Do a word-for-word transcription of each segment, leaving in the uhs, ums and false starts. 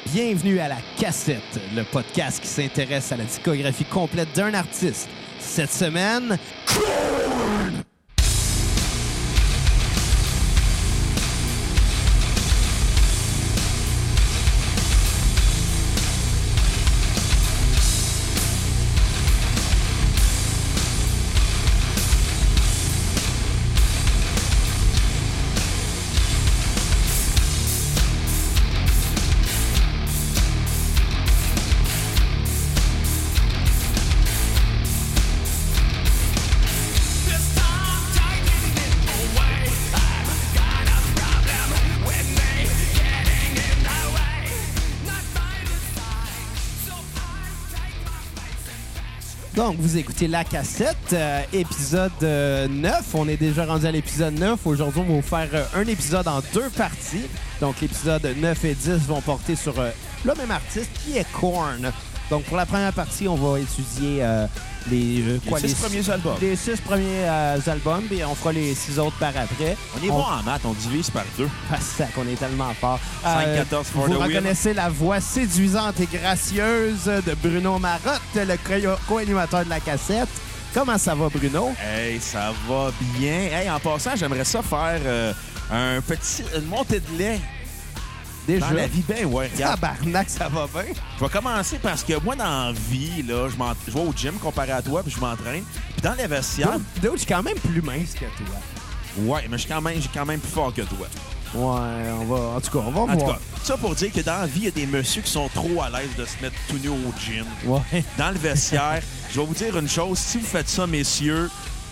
Bienvenue à La Cassette, le podcast qui s'intéresse à la discographie complète d'un artiste. Cette semaine, Korn! Donc, vous écoutez La Cassette, euh, épisode euh, neuf. On est déjà rendu à l'épisode neuf. Aujourd'hui, on va vous faire euh, un épisode en deux parties. Donc, l'épisode neuf et dix vont porter sur euh, le même artiste qui est Korn. Donc, pour la première partie, on va étudier euh, les, euh, quoi, les six les, premiers albums. Les six premiers euh, albums, puis on fera les six autres par après. On est on... bon en maths, on divise par deux. Ah, ça qu'on est tellement fort. cinq quatorze for Vous the reconnaissez win. La voix séduisante et gracieuse de Bruno Marotte, le co-animateur de La Cassette. Comment ça va, Bruno? Hey, ça va bien. Hey, en passant, j'aimerais ça faire euh, un petit, une montée de lait. Déjà? Dans la vie, ben ouais, regarde. Tabarnak, ça va bien. Je vais commencer parce que moi, dans la vie, là, je, je vais au gym comparé à toi, puis je m'entraîne. Puis dans les vestiaires... D'autres, je suis quand même plus mince que toi. Ouais, mais je suis quand même, quand même plus fort que toi. Ouais, on va... En tout cas, on va en voir. En tout cas, ça pour dire que dans la vie, il y a des messieurs qui sont trop à l'aise de se mettre tout nu au gym. Ouais. Dans le vestiaire, je vais vous dire une chose. Si vous faites ça, messieurs,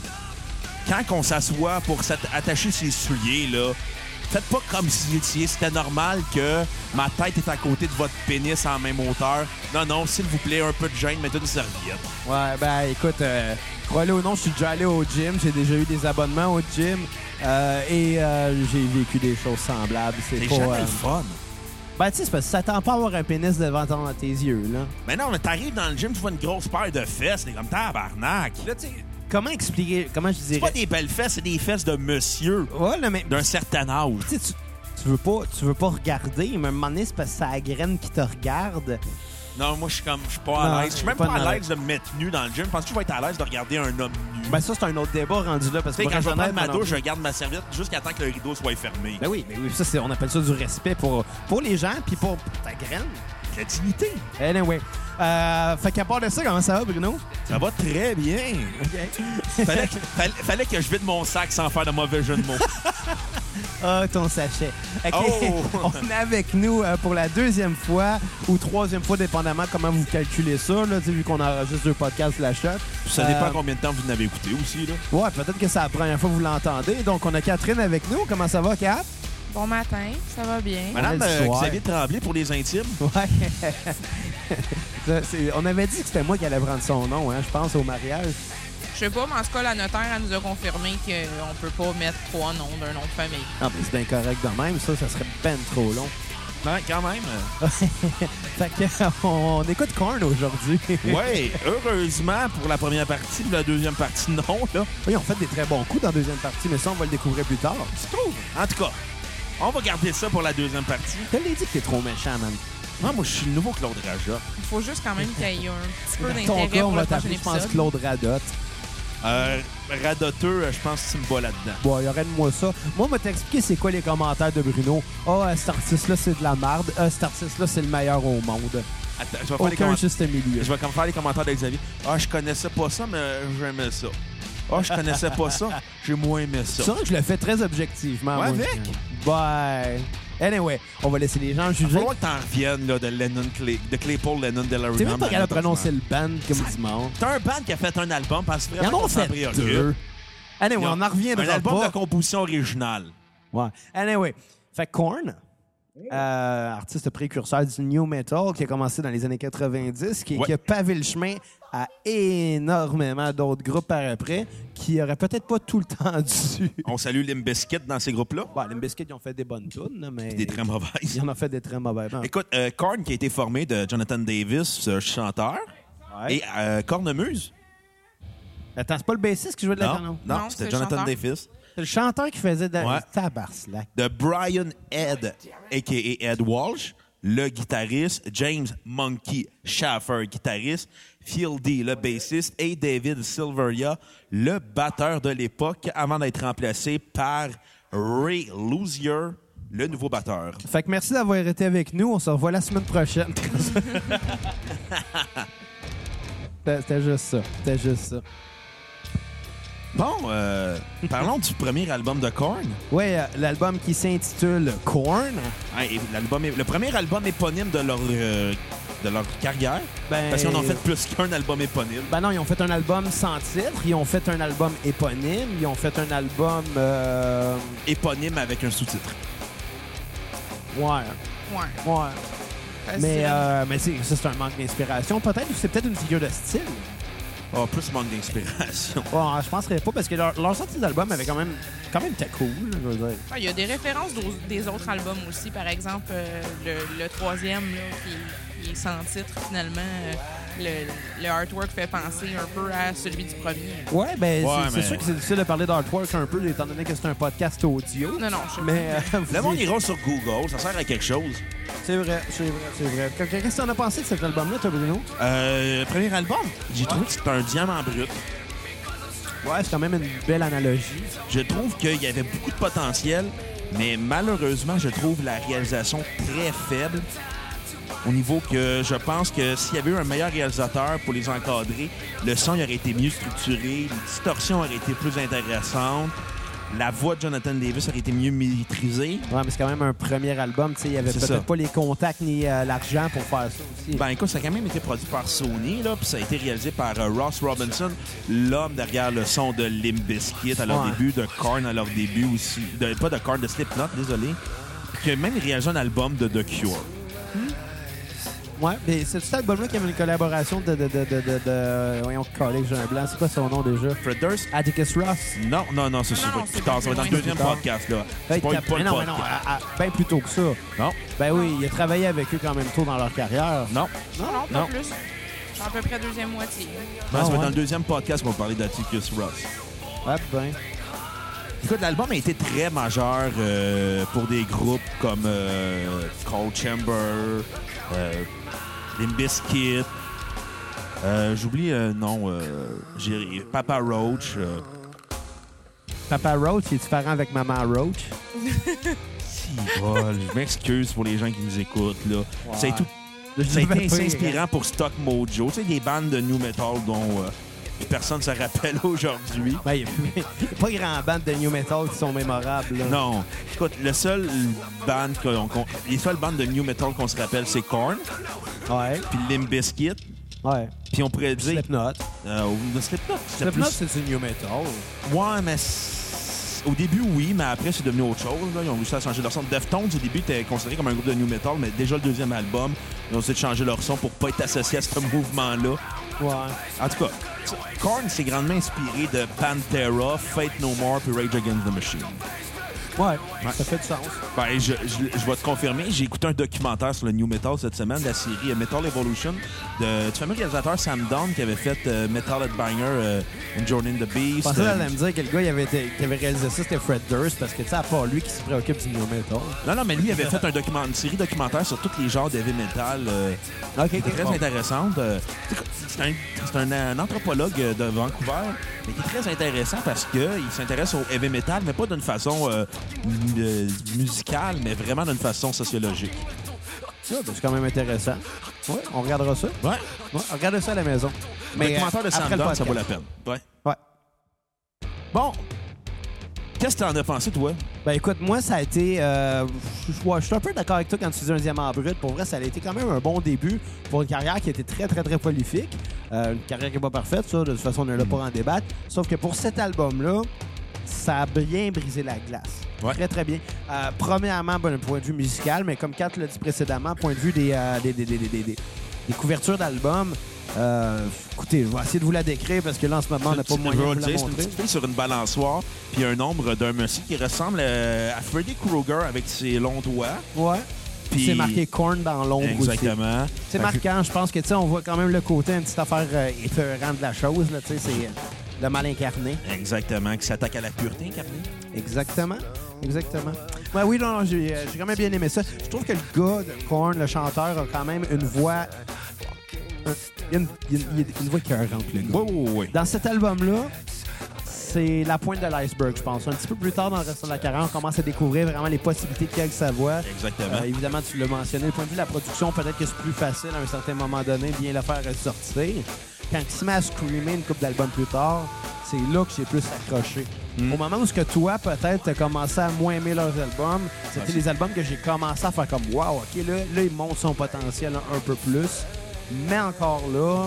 quand on s'assoit pour attacher ses souliers, là... Faites pas comme si c'était normal que ma tête est à côté de votre pénis en même hauteur. Non, non, s'il vous plaît, un peu de gêne, mettez une serviette. Ouais, ben écoute, euh, crois-le ou non, je suis déjà allé au gym. J'ai déjà eu des abonnements au gym. Euh, et euh, j'ai vécu des choses semblables. C'est pas... jamais euh... le fun. Ben, tu sais, c'est parce que ça t'entend pas avoir un pénis devant ton, dans tes yeux, là. Mais non, mais t'arrives dans le gym, tu vois une grosse paire de fesses, t'es comme tabarnak. Là, tu sais... Comment expliquer... Comment je dirais... C'est pas des belles fesses, c'est des fesses de monsieur. Ouais, là, mais... D'un certain âge. Tu, tu, tu veux pas tu veux pas regarder, mais à un moment donné, c'est parce que c'est la graine qui te regarde. Non, moi, je suis comme... Je suis pas à l'aise. Je suis même pas, pas à l'aise de me mettre nu dans le gym. Penses-tu que je vais être à l'aise de regarder un homme nu? Ben ça, c'est un autre débat rendu là. Parce que quand je vais prendre ma douche, je je garde ma serviette jusqu'à temps que le rideau soit fermé. Ben oui, ben oui. Ça, c'est, on appelle ça du respect pour, pour les gens puis pour, pour ta graine. La dignité. Anyway. Euh, fait qu'à part de ça, comment ça va, Bruno? Ça va très bien. OK. fallait, que, fallait, fallait que je vide mon sac sans faire de mauvais jeu de mots. Ah, ton sachet. OK. Oh. On est avec nous euh, pour la deuxième fois ou troisième fois, dépendamment comment vous calculez ça, là, vu qu'on enregistre deux podcasts la shot. Ça dépend euh, combien de temps vous n'avez écouté aussi, là. Ouais, peut-être que c'est la première fois que vous l'entendez. Donc, on a Catherine avec nous. Comment ça va, Kat? Bon matin, ça va bien. Madame euh, Xavier Tremblay pour les intimes. Ouais. c'est, on avait dit que c'était moi qui allais prendre son nom, hein, je pense, au mariage. Je sais pas, mais en tout cas, la notaire, elle nous a confirmé qu'on peut pas mettre trois noms d'un nom de famille. Non, mais c'est bien correct de même. Ça, ça serait ben trop long. Ouais, quand même. Fait que, on écoute Korn aujourd'hui. Oui, heureusement pour la première partie. La deuxième partie, non, là. Oui, on fait des très bons coups dans la deuxième partie, mais ça, on va le découvrir plus tard. Tu trouves? En tout cas, on va garder ça pour la deuxième partie. Je te l'ai dit que t'es trop méchant, man. Non, moi, je suis le nouveau Claude Rajotte. Il faut juste quand même qu'il y ait un petit peu d'intérêt ton cas, pour on va le prochain t'appeler, épisode. je pense, Claude Radotte. Euh, radoteux, je pense que tu me bats là-dedans. Bon, il y aurait de moi ça. Moi, on va t'expliquer c'est quoi les commentaires de Bruno. Ah, oh, cet artiste-là, c'est de la merde. Ah, oh, cet artiste-là, c'est le meilleur au monde. Attends, je vais faire Aucun les commentaires. juste milieu. Je vais comme faire les commentaires de Xavier. Ah, je connaissais pas ça, mais j'aimais ça. Ah, je connaissais pas ça, j'ai moins aimé ça. C'est vrai que je le fais très objectivement. Ouais, moi, avec? Bye. Anyway, on va laisser les gens juger. Il faut que t'en reviennes là, de Lennon Clay, de Claypool Lennon de la T'es même pas capable de prononcer le band comme du monde. T'as un band qui a fait un album parce que vraiment qu'on en s'en fait préoccupe. deux. Anyway, on en reviendra Un album pas. de composition originale. Ouais. Anyway, fait Korn, euh, artiste précurseur du new metal qui a commencé dans les années quatre-vingt-dix, qui, ouais. qui a pavé le chemin à énormément d'autres groupes par après, qui auraient peut-être pas tout le temps dû. On salue Limp Bizkit dans ces groupes-là. Bon, Limp Bizkit, ils ont fait des bonnes tunes, mais... Des très mauvaises. Ils en ont fait des très mauvaises. Non. Écoute, euh, Korn qui a été formé de Jonathan Davis, euh, chanteur, ouais. et euh, Cornemuse. Attends, c'est pas le bassiste qui jouait de la Non, piano? non, Non, c'était c'est Jonathan le Davis. C'est le chanteur qui faisait de Ouais. tabarslack. De Brian Ed, a k a. Ed Walsh. le guitariste, James Monkey Schaffer, guitariste, Phil D, le bassiste, et David Silveria, le batteur de l'époque, avant d'être remplacé par Ray Luzier, le nouveau batteur. Fait que merci d'avoir été avec nous. On se revoit la semaine prochaine. C'était juste ça. C'était juste ça. Bon, euh, parlons du premier album de Korn. Oui, euh, l'album qui s'intitule Korn. Ouais, l'album est- le premier album éponyme de leur, euh, de leur carrière. Ben, Parce qu'ils en ont fait plus qu'un album éponyme. Ben non, ils ont fait un album sans titre. Ils ont fait un album éponyme. Ils ont fait un album... Euh... Éponyme avec un sous-titre. Ouais. Ouais. Ouais. Facile. Mais, euh, mais c'est- ça, c'est un manque d'inspiration. Peut-être ou c'est peut-être une figure de style. Oh, plus manque d'inspiration. Ouais, je penserais pas parce que leur, leur sortie d'album avait quand même, quand même été cool, je veux dire. Ah, il y a des références d'au- des autres albums aussi. Par exemple, euh, le, le troisième, là, qui, qui est sans titre, finalement, euh, le, le artwork fait penser un peu à celui du premier. Ouais, ben Ouais, c'est mais- c'est sûr que c'est difficile de parler d'artwork un peu, étant donné que c'est un podcast audio. Non, non, je sais Mais euh, Le vous- monde ira sur Google, ça sert à quelque chose. c'est vrai, c'est vrai, c'est vrai. Qu'est- Qu'est-ce que t'en as pensé de cet album-là, toi, Bruno? Euh, le premier album, j'ai trouvé que c'était un diamant brut. Ouais, c'est quand même une belle analogie. Je trouve qu'il y avait beaucoup de potentiel, mais malheureusement, je trouve la réalisation très faible. Au niveau que je pense que s'il y avait eu un meilleur réalisateur pour les encadrer, le son il aurait été mieux structuré, les distorsions auraient été plus intéressantes, la voix de Jonathan Davis aurait été mieux maîtrisée. Ouais, mais c'est quand même un premier album, tu sais, il y avait C'est peut-être ça. pas les contacts ni euh, l'argent pour faire ça aussi. Ben écoute, ça a quand même été produit par Sony, là, puis ça a été réalisé par euh, Ross Robinson, l'homme derrière le son de Limp Bizkit à leur Ouais. début, de Korn à leur début aussi, de, pas de Korn, de Slipknot, désolé, puis qui a même réalisé un album de The Cure. Ouais, mais c'est cet album-là qui avait une collaboration de... de, de, de, de, de... Voyons, collègue, j'ai un blanc. C'est quoi son nom déjà? Fred Durst? Atticus Ross. Non, non, non, c'est Non, ça. non, Plus c'est tard, plus ça va être dans le loin, deuxième plus tard. podcast, là. Hey, Spoil cap- pas mais le non, mais non, podcast. à- à- bien plus tôt que ça. Non, Ben oui, il a travaillé avec eux quand même tôt dans leur carrière. non. Non, non, pas Non. plus. C'est à peu près deuxième moitié. Ben, Ah, ça va être ouais. dans le deuxième podcast qu'on va parler d'Atticus Ross. Ouais, ben. Écoute, l'album a été très majeur euh, pour des groupes comme euh, Cold Chamber, euh, Limp Bizkit. Euh, J'oublie le nom. Euh, j'ai- Papa Roach. euh, Papa Roach, il est différent avec Maman Roach. si, bol, je m'excuse pour les gens qui nous écoutent. Là. Ça a été, ça a Je vais été pas inspirant pour Stock Mojo. Tu sais, des bandes de new metal dont euh, personne ne se rappelle aujourd'hui. Ben, il y a pas grand bande de new metal qui sont mémorables. Là. Non. Écoute, le seul band qu'on, qu'on- les seules bandes de new metal qu'on se rappelle, c'est Korn, Ouais, puis Limp Bizkit, ouais. puis on pourrait dire... Slipknot. Euh, ou- Slipknot. c'était Slipknot, plus- c'est du new metal. Ouais, mais... c'est- Au début, oui, mais après, c'est devenu autre chose. Là. Ils ont réussi à changer leur son. Deftones, au début, était considéré comme un groupe de new metal, mais déjà le deuxième album, ils ont essayé de changer leur son pour pas être associés à ce mouvement-là. Ouais. En tout cas, Korn s'est grandement inspiré de Pantera, Fate No More puis Rage Against the Machine. Ouais, ça fait du sens. Ben, je, je, je vais te confirmer, j'ai écouté un documentaire sur le New Metal cette semaine, la série Metal Evolution, de, du fameux réalisateur Sam Dawn qui avait fait euh, Metal Headbanger, euh, and Journey in the Je Beast. pensais euh, qu'elle allait me dire que le gars il avait, été- qui avait réalisé ça, c'était Fred Durst, parce que tu sais, à part lui qui se préoccupe du new metal. Non, non, mais lui, il avait fait un document, une série documentaire sur tous les genres de heavy metal. Euh, Ok, qui était ok, très bon. intéressante. Euh, c'est un, c'est un, un anthropologue de Vancouver, mais qui est très intéressant parce qu'il s'intéresse au heavy metal, mais pas d'une façon euh, m- euh, musicale, mais vraiment d'une façon sociologique. Ah, ben, c'est quand même intéressant. Ouais, on regardera ça. Ouais. Ouais, regardez ça à la maison. Le documentaire euh, de Sam après le Dawn, ça podcast. vaut la peine. Ouais. Ouais. Bon. Qu'est-ce que t'en as pensé, toi? Ben écoute, moi, ça a été... Euh, je ouais, je suis un peu d'accord avec toi quand tu dis un diamant brut. Pour vrai, ça a été quand même un bon début pour une carrière qui a été très, très, très prolifique. Euh, une carrière qui n'est pas parfaite, ça. De toute façon, on est là pour en débattre. Sauf que pour cet album-là, ça a bien brisé la glace. Ouais. Très, très bien. Euh, premièrement, bon, d'un point de vue musical, mais comme Kat l'a dit précédemment, point de vue des, euh, des, des, des, des, des, des couvertures d'albums, euh, écoutez, je vais essayer de vous la décrire parce que là, en ce moment, on n'a pas Je moyen veux de vous le la dire, c'est une montrer. petite fille sur une balançoire, puis il y a un ombre d'un monsieur qui ressemble euh, à Freddy Krueger avec ses longs doigts. Ouais. Puis C'est marqué Korn dans l'ombre aussi. Exactement. C'est Fait que- marquant. Je pense que, tu sais, on voit quand même le côté, une petite affaire euh, épeurante de la chose, là, tu sais, c'est... le mal incarné. Exactement, qui s'attaque à la pureté incarnée. Exactement. Exactement. Ouais, oui, non, non, j'ai j'ai quand même bien aimé ça. Je trouve que le gars de Korn, le chanteur, a quand même une voix... Il y a une, il y a une, une voix écœurante, le gars. Oui, oui, oui. Dans cet album-là, c'est la pointe de l'iceberg, je pense. Un petit peu plus tard dans le reste de la carrière, on commence à découvrir vraiment les possibilités qu'il y a avec sa voix. Exactement. Euh, évidemment, tu l'as mentionné, du point de vue de la production, peut-être que c'est plus facile à un certain moment donné de bien le faire ressortir. Quand il se met à screamer une couple d'albums plus tard, c'est là que j'ai plus accroché. Mm. Au moment où ce que toi, peut-être, t'as commencé à moins aimer leurs albums, c'était ouais, les albums que j'ai commencé à faire comme « Wow, OK, là, là, il monte son potentiel un, un peu plus. » Mais encore là...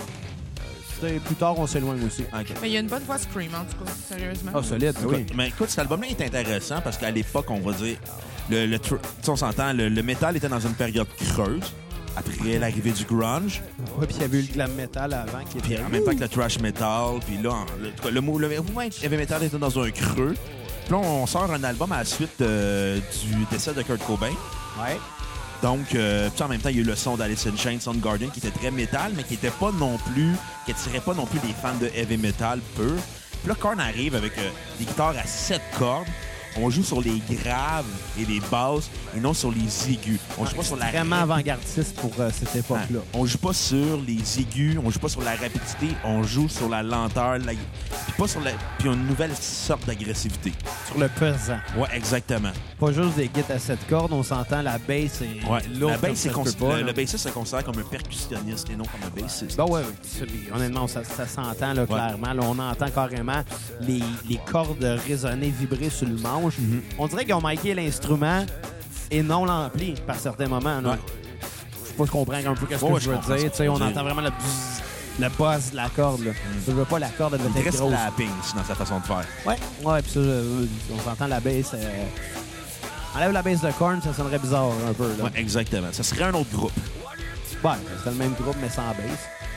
Plus tard, on s'éloigne aussi. Okay. Mais il y a une bonne voix Scream, en tout cas, sérieusement. Ah, oh, solide, oui. oui. Mais écoute, cet album-là est intéressant parce qu'à l'époque, on va dire, le, le tr- on s'entend, le, le métal était dans une période creuse après l'arrivée du grunge. Oui, puis il y avait eu le glam metal avant qui était... Puis en même temps que le thrash metal, puis là, le, le mot, le, le heavy metal était dans un creux. Puis là, on sort un album à la suite euh, du décès de Kurt Cobain. Ouais. Donc, euh, puis en même temps, il y a eu le son d'Alice in Chains, Soundgarden, qui était très métal, mais qui était pas non plus, qui attirait pas non plus des fans de heavy metal pur. Puis là, Korn arrive avec euh, des guitares à sept cordes. On joue sur les graves et les basses et non sur les aigus. On joue pas sur la vraiment avant-gardiste pour euh, cette époque-là. Ah, on joue pas sur les aigus, on joue pas sur la rapidité, on joue sur la lenteur, la... puis pas sur la, puis une nouvelle sorte d'agressivité. Sur le pesant. Ouais, exactement. Pas juste des guides à sept cordes, on s'entend la bass et ouais. l'autre. La bass, c'est cons... pas, le, le bassiste se considère comme un percussionniste et non comme un bassiste. Ben ouais, ouais. Honnêtement, ça, ça s'entend là, clairement. Ouais. Là, on entend carrément les, les cordes résonner, vibrer sur le manche. Mm-hmm. On dirait qu'ils ont miqué l'instrument et non l'ampli par certains moments. Là. Ouais. Je sais pas si je comprends un peu ce ouais, que je veux dire. Tu sais, on dire. entend vraiment le bzz, le buzz de la corde. Là. Mm. Je veux pas la corde, elle doit être grosse. Slapping dans sa façon de faire. Ouais, ouais, puis ça, je, on s'entend la bass. Euh... Enlève la bass de Korn, ça sonnerait bizarre un peu. Là. Ouais, exactement. Ça serait un autre groupe. Ouais, c'est le même groupe, mais sans bass.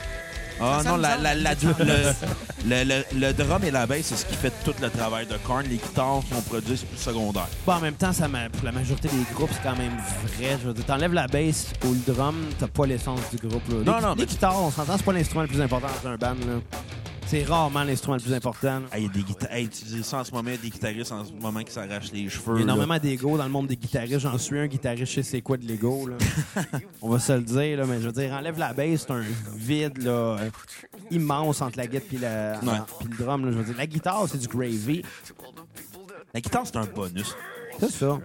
Ah non, la, la, la, le, le, le, le drum et la bass, c'est ce qui fait tout le travail de Korn. Les guitares qu'on produit, c'est plus secondaire. Bon, en même temps, ça pour la majorité des groupes, c'est quand même vrai. Je veux dire, t'enlèves la bass ou le drum, t'as pas l'essence du groupe. Là. Non, les, non, les mais... guitares, on s'entend, c'est pas l'instrument le plus important dans un band. Là. C'est rarement l'instrument le plus important. Il hey, y a des guitares. Hey, tu dis ça en ce moment, il y a des guitaristes en ce moment qui s'arrachent les cheveux. Il y a énormément d'ego dans le monde des guitaristes. J'en suis un guitariste chez C'est quoi de l'ego. On va se le dire, là, mais je veux dire, enlève la bass, c'est un vide là, immense entre la guitare et ouais. le drum. Là, je veux dire, la guitare, c'est du gravy. La guitare, c'est un bonus. C'est ça.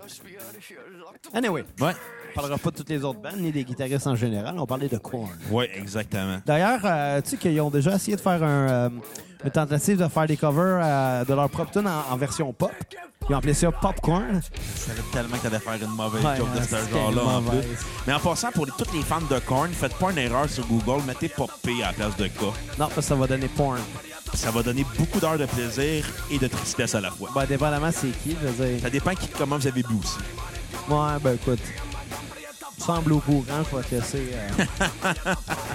Anyway. Ouais. On parlera pas de toutes les autres bandes, ni des guitaristes en général. On parlait de Korn. Oui, exactement. D'ailleurs, euh, tu sais qu'ils ont déjà essayé de faire un, euh, une tentative de faire des covers euh, de leur propre tune en, en version pop. Ils ont appelé ça Popcorn. Je savais tellement que t'allais faire une mauvaise ouais, joke de ce genre-là en plus. Mais en passant, pour les, tous les fans de Korn, faites pas une erreur sur Google, mettez Pop P à la place de K. Non, parce que ça va donner porn. Ça va donner beaucoup d'heures de plaisir et de tristesse à la fois. Ben, dépendamment c'est qui, je veux dire. Ça dépend qui, comment vous avez bu aussi. Ouais, ben écoute... semble au courant, je vais te laisser. Euh...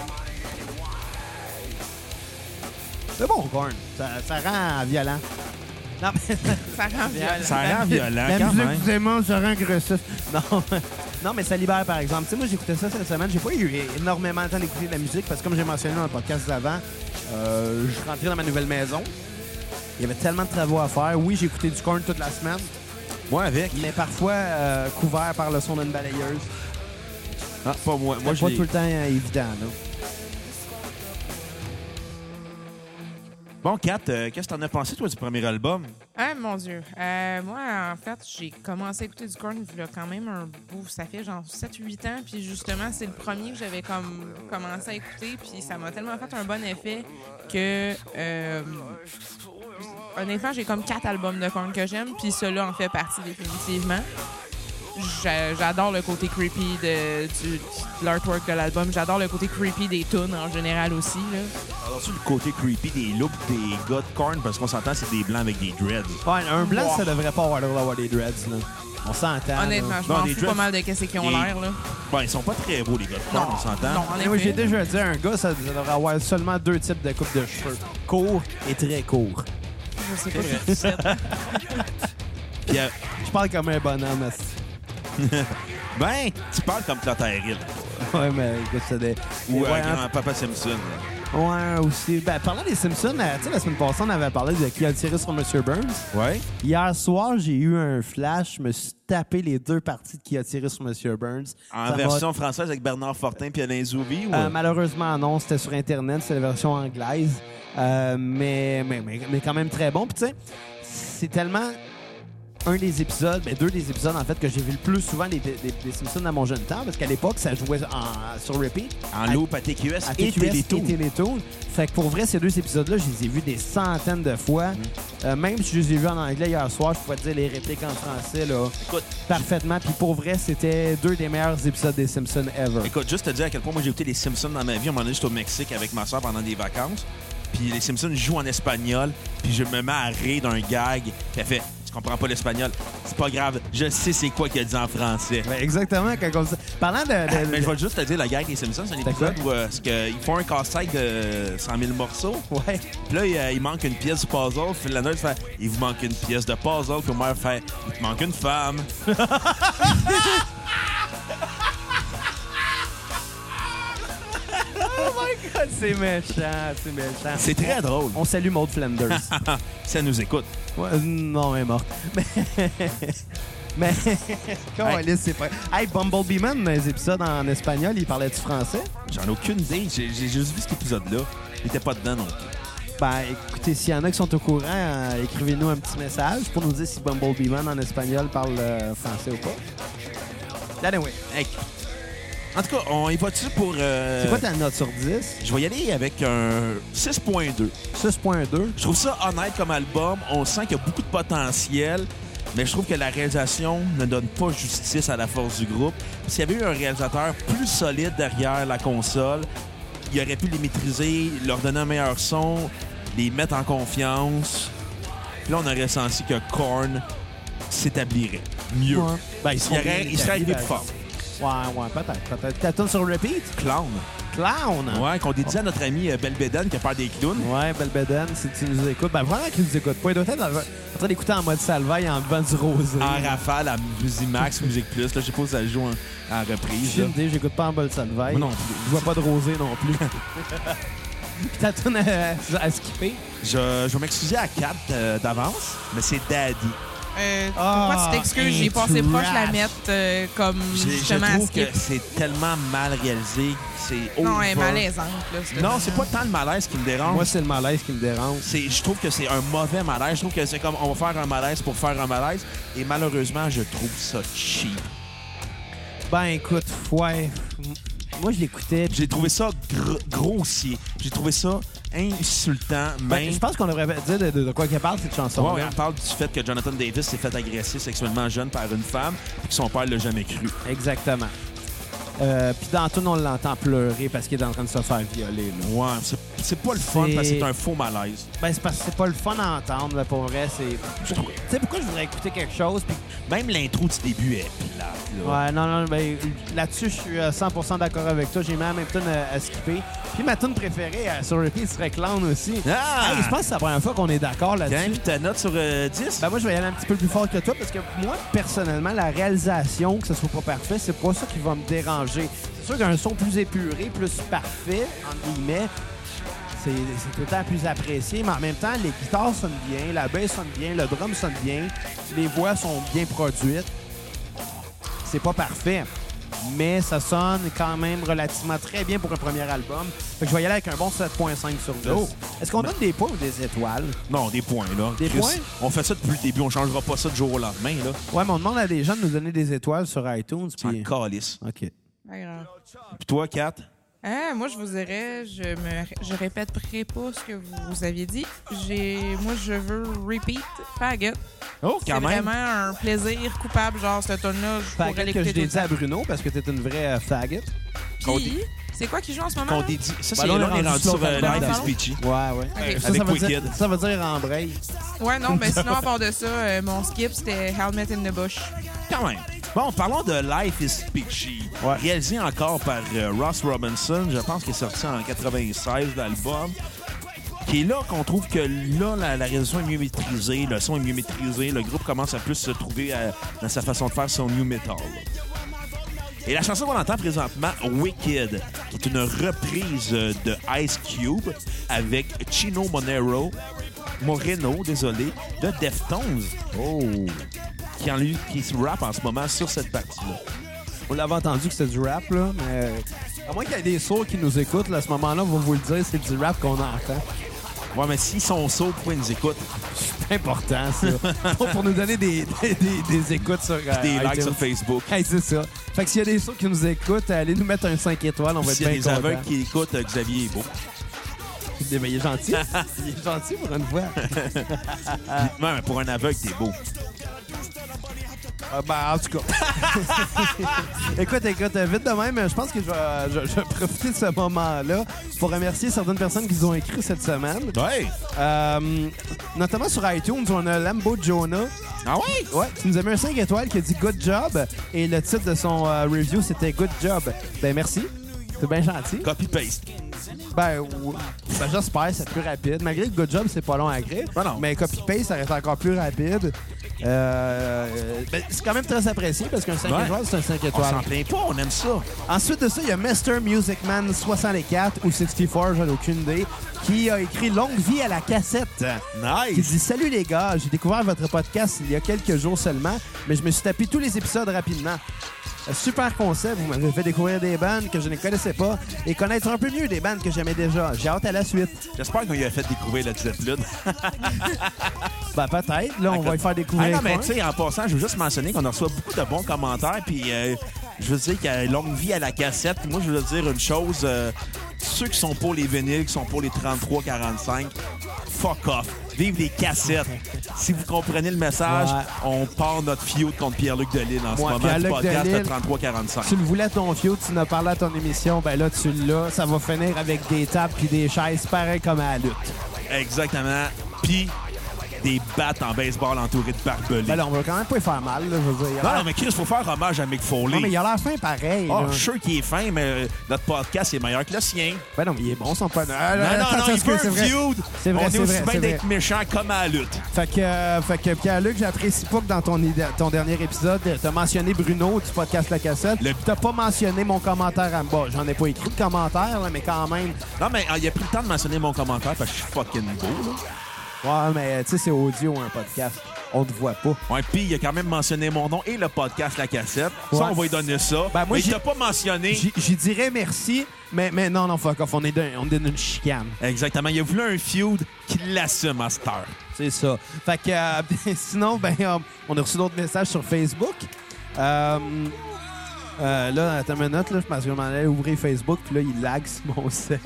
c'est bon, Korn. Ça, ça rend violent. Non, mais... ça rend violent. Ça rend violent, la quand musique même. du démon, ça rend agressif. Non, non, mais ça libère, par exemple. Tu sais, moi, j'écoutais ça cette semaine. J'ai pas eu énormément de temps d'écouter de la musique parce que, comme j'ai mentionné dans le podcast d'avant, euh, je suis rentré dans ma nouvelle maison. Il y avait tellement de travaux à faire. Oui, j'ai écouté du Korn toute la semaine. Moi, avec. Mais parfois euh, couvert par le son d'une balayeuse. Ah, pas moi. Moi, c'est pas tout le temps euh, évident, là. Bon, Kat, euh, qu'est-ce que t'en as pensé, toi, du premier album? Ah, mon Dieu. Euh, moi, en fait, j'ai commencé à écouter du Korn il y a quand même un bout. Ça fait genre sept huit ans. Puis justement, c'est le premier que j'avais comme commencé à écouter. Puis ça m'a tellement fait un bon effet que... Euh, honnêtement, j'ai comme quatre albums de Korn que j'aime. Puis celui-là en fait partie définitivement. J'adore le côté creepy de, du, de l'artwork de l'album. J'adore le côté creepy des tunes en général aussi. Là. Alors, c'est le côté creepy des looks des gars de Korn, parce qu'on s'entend, c'est des blancs avec des dreads. Ouais, un blanc, wow. ça devrait pas avoir l'air d'avoir des dreads. Là. On s'entend. Honnêtement, là. je m'en fous dreads, pas mal de qu'est-ce qu'ils ont et... l'air. Là. Ben, ils sont pas très beaux, les gars de Korn, on s'entend. Non, en oui, j'ai déjà dit, un gars, ça, ça devrait avoir seulement deux types de coupes de cheveux. Court et très court. Je sais pas ce que tu sais. Puis, euh, je parle comme un bonhomme. Ben, tu parles comme Clotaire Hill. Ouais, mais écoute, c'est des... Ou ouais, euh, hein. Grand-Papa Simpson. Ouais, aussi. Ben, parlant des Simpsons, euh, tu sais, la semaine passée, on avait parlé de qui a tiré sur monsieur Burns. Ouais. Hier soir, j'ai eu un flash. Je me suis tapé les deux parties de qui a tiré sur monsieur Burns. En Ça version française avec Bernard Fortin et Alain Zouvi? Ou... Euh, malheureusement, non. C'était sur Internet. C'est la version anglaise. Euh, mais, mais, mais, mais quand même très bon. Puis, tu sais, c'est tellement un des épisodes, ben deux des épisodes, en fait, que j'ai vu le plus souvent des, des, des Simpsons dans mon jeune temps. Parce qu'à l'époque, ça jouait en, sur repeat. En loop à T Q S À et T Q S Télétoon. et Télétoon. Fait que pour vrai, ces deux épisodes-là, je les ai vus des centaines de fois. Mm. Euh, même si je les ai vus en anglais hier soir, je pouvais te dire les répliques en français là, Écoute, parfaitement. Puis pour vrai, c'était deux des meilleurs épisodes des Simpsons ever. Écoute, juste te dire à quel point moi j'ai écouté les Simpsons dans ma vie. À un moment donné, j'étais au Mexique avec ma soeur pendant des vacances. Puis les Simpsons jouent en espagnol. Puis je me mets à rire d'un gag. Puis elle fait, tu comprends pas l'espagnol? C'est pas grave, je sais c'est quoi qu'il a dit en français. Ben, exactement. Quand on... Parlant de... de- Mais je vais juste te dire, la gag des Simpsons, c'est un épisode quoi? où euh, c'est que ils font un casse-tête de cent mille morceaux. Ouais. Puis là, il, euh, il manque une pièce du puzzle. Puis la nerd fait, il vous manque une pièce de puzzle. Puis Homer fait, il te manque une femme. Oh my God, c'est méchant, c'est méchant. C'est très drôle. On salue Maud Flanders. Ça nous écoute. Ouais, non, elle est morte. Mais... Mais... Caliste, c'est pas... Hey, Bumblebee Man, dans les épisodes en espagnol, il parlait-tu français? J'en ai aucune idée. J'ai j'ai juste vu cet épisode-là. Il était pas dedans non plus. Ben, écoutez, s'il y en a qui sont au courant, euh, écrivez-nous un petit message pour nous dire si Bumblebee Man en espagnol parle euh, français ou pas. Anyway, Hey. En tout cas, on y va-tu pour... euh, c'est quoi ta note sur dix? Je vais y aller avec un six point deux. six point deux. Je trouve ça honnête comme album. On sent qu'il y a beaucoup de potentiel, mais je trouve que la réalisation ne donne pas justice à la force du groupe. S'il y avait eu un réalisateur plus solide derrière la console, il aurait pu les maîtriser, leur donner un meilleur son, les mettre en confiance. Puis là, on aurait senti que Korn s'établirait mieux. Ouais. Ben, ils Il, sont aurait- bien il serait arrivé établis, plus fort. Ouais, ouais, peut-être, peut-être. Ta tune sur repeat? Clown. Clown! Ouais, qu'on dédie à notre ami euh, Belbédène qui a peur des clowns. Ouais, Belbédène, si tu nous écoutes. Ben, vraiment qu'il nous écoute pas. Il doit être en train d'écouter en mode salvaille en buvant du rosé. En rafale à Musimax, Musique Plus. Là, je sais pas si ça joue en, en reprise. J'ai là. une idée, j'écoute pas en mode salvaille. Moi non plus. Je vois pas de rosé non plus. Puis ta tune à, à skipper? Je, je vais m'excuser à quatre euh, d'avance, mais c'est Daddy. Euh, Ah, pourquoi tu t'excuses? J'ai un passé proche trash. la mettre euh, comme J'ai- Je justement à trouve que skip. c'est tellement mal réalisé. C'est Non, elle est over. malaisante. Là, cette Non, tune-là. c'est pas tant le malaise qui me dérange. Moi, c'est le malaise qui me dérange. C'est- je trouve que c'est un mauvais malaise. Je trouve que c'est comme on va faire un malaise pour faire un malaise. Et malheureusement, je trouve ça cheap. Ben, écoute, ouais. Moi, je l'écoutais. J'ai trouvé ça gr- grossier. J'ai trouvé ça insultant. Ben, Même. je pense qu'on devrait dire de, de- de quoi qu'elle parle, cette chanson. Ouais, on parle du fait que Jonathan Davis s'est fait agresser sexuellement jeune par une femme et que son père l'a jamais cru. Exactement. Euh, Puis dans tout, on l'entend pleurer parce qu'il est en train de se faire violer. Là. Ouais, c'est, c'est pas le fun C'est- parce que c'est un faux malaise. Ben, c'est parce que c'est pas le fun à entendre, là, pour vrai. C'est... Tu sais pourquoi je voudrais écouter quelque chose? Puis... Même l'intro du début est plate. Là. Ouais, non, non, ben, là-dessus, je suis euh, cent pour cent d'accord avec toi. J'ai mis la même tune à, à skipper. Puis ma tune préférée euh, sur repeat serait Clown aussi. Ah! Hey, je pense que c'est la première fois qu'on est d'accord Quand là-dessus. même, ta note sur euh, dix? Ben moi, je vais y aller un petit peu plus fort que toi parce que moi, personnellement, la réalisation, que ce soit pas parfait, c'est pas ça qui va me déranger. C'est sûr qu'un son plus épuré, plus parfait, entre guillemets, c'est c'est tout le temps plus apprécié, mais en même temps, les guitares sonnent bien, la bass sonne bien, le drum sonne bien, les voix sont bien produites. C'est pas parfait, mais ça sonne quand même relativement très bien pour un premier album. Fait que je vais y aller avec un bon sept virgule cinq sur dix. Oh. Est-ce qu'on donne des points ou des étoiles? Non, des points, là. Des Chris, points? On fait ça depuis le début. On changera pas ça du jour au lendemain, là. Ouais, mais on demande à des gens de nous donner des étoiles sur iTunes. C'est Puis... un calice. OK. Pas grave. Puis toi, Kat? Ah, moi, je vous dirais, je me, je répéterai pas ce que vous aviez dit. J'ai, moi, je veux repeat Faggot. Oh, C'est quand même. vraiment un plaisir coupable, genre cette tune-là. Je pourrais Faggot que l'écouter je tout le l'ai dit à temps. Bruno parce que t'es une vraie euh, faggot. Qu'on Puis, dit- c'est quoi qui joue en ce moment? Qu'on là? dédie. Ça, Ben c'est là, là, on est rendu sur sur euh, l'album Life is d'avant. Peachy. Ouais, ouais. Ok. Ça, Avec ça, veut dire, Wicked. ça veut dire en braille. Ouais, non, ben sinon, à part de ça, euh, mon skip, c'était Helmet in the Bush. Quand même. Bon, parlons de Life is Peachy. Ouais. Réalisé encore par euh, Ross Robinson. Je pense qu'il est sorti en quatre-vingt-seize, l'album. Qui est là qu'on trouve que là, la, la réalisation est mieux maîtrisée, le son est mieux maîtrisé, le groupe commence à plus se trouver à- dans sa façon de faire son new metal. Et la chanson qu'on entend présentement, Wicked, qui est une reprise de Ice Cube avec Chino Monero, Moreno, désolé, de Deftones. Oh! Qui, en lui, qui se rappe en ce moment sur cette partie-là. On l'avait entendu que c'était du rap, là, mais à moins qu'il y ait des sourds qui nous écoutent, là, à ce moment-là, on va vous le dire, c'est du rap qu'on entend. Ouais, mais s'ils sont sourds, pourquoi ils nous écoutent? C'est important, ça. pour, pour nous donner des, des, des, des écoutes sur euh, Des likes iTunes. sur Facebook. Hey, c'est ça. Fait que s'il y a des sourds qui nous écoutent, allez nous mettre un cinq étoiles, on va être S'il y a bien des contents. aveugles qui écoutent, euh, Xavier est beau. Mais il est gentil. Il est gentil pour une fois. Ouais, mais pour un aveugle, t'es beau. Euh, ben, en tout cas. écoute, écoute, vite de même, je pense que je vais, je, je vais profiter de ce moment-là pour remercier certaines personnes qui nous ont écrit cette semaine. Ouais. Euh, notamment sur iTunes, on a Lambo Jonah. Ah oui? Ouais, qui nous a mis un cinq étoiles qui a dit « Good job » et le titre de son euh, review, c'était « Good job ». Ben merci. C'est bien gentil. Copy-paste. Ben, ou- ben j'espère, c'est plus rapide. Malgré que Good job, c'est pas long à écrire. Ah non. Mais copy-paste, ça reste encore plus rapide. Euh, ben, c'est quand même très apprécié parce qu'un cinq Ouais. étoiles, c'est un cinq On étoiles. s'en plaint pas, on aime ça. Ensuite de ça, il y a mister Musicman soixante-quatre ou soixante-quatre, j'en ai aucune idée, qui a écrit « Longue vie à la cassette ». Qui Nice. dit « Salut les gars, j'ai découvert votre podcast il y a quelques jours seulement, mais je me suis tapé tous les épisodes rapidement. Euh, Super concept, vous m'avez fait découvrir des bandes que je ne connaissais pas et connaître un peu mieux des bandes que j'aimais déjà. J'ai hâte à la suite. J'espère qu'on lui a fait découvrir le Zeppelin. Ben peut-être, là on va lui faire Ah découvrir. non, mais quoi. tu sais, en passant, je veux juste mentionner qu'on reçoit beaucoup de bons commentaires. Puis, euh, je veux dire qu'il y a longue vie à la cassette. Puis moi, je veux dire une chose. euh, ceux qui sont pour les vinyles, qui sont pour les trente-trois quarante-cinq, fuck off. Vive les cassettes. Si vous comprenez le message, Ouais. on part notre feud contre Pierre-Luc Delisle en ce Ouais, moment du Pierre-Luc podcast de Delisle. trente-trois quarante-cinq. Tu le voulais ton feud, tu n'as parlé à ton émission, ben là tu l'as. Ça va finir avec des tables puis des chaises pareil comme à la lutte. Exactement. Puis, des battes en baseball entourées de barbelés. Ben là, on va quand même pas y faire mal, là, je veux dire. Il a non, l'air- non, mais Chris, il faut faire hommage à Mick Foley. Non, mais il a l'air fin pareil. Ah, là. je suis sûr qu'il est fin, mais euh, notre podcast est meilleur que le sien. Ben non, mais il est bon, son pas. Non, non, non, il veut un feud. C'est vrai, On c'est est aussi vrai, bien c'est d'être vrai. méchant comme à la lutte. Fait que, euh, fait que Pierre-Luc, j'apprécie pas que dans ton, id- ton dernier épisode, t'as mentionné Bruno du podcast La Cassette. Le- T'as pas mentionné mon commentaire à bas. J'en ai pas écrit de commentaire, là, mais quand même. Non, mais euh, il a pris le temps de mentionner mon commentaire parce que je suis fucking beau, là. Ouais, mais tu sais, c'est audio, un podcast. On te voit pas. Ouais, puis il a quand même mentionné mon nom et le podcast La Cassette. Ça, Ouais. on va lui donner ça. Ben, moi, mais il j'ai- t'a pas mentionné. J'y j'y dirais merci, mais, mais non, non, fuck off. On est d'un- on est d'une chicane. Exactement. Il a voulu un feud qui l'assume à cette heure. C'est ça. Fait que euh, sinon, ben, euh, on a reçu d'autres messages sur Facebook. Euh, euh, là, attends une minute, là, parce que je m'en allais ouvrir Facebook, puis là, il lag sur mon sel.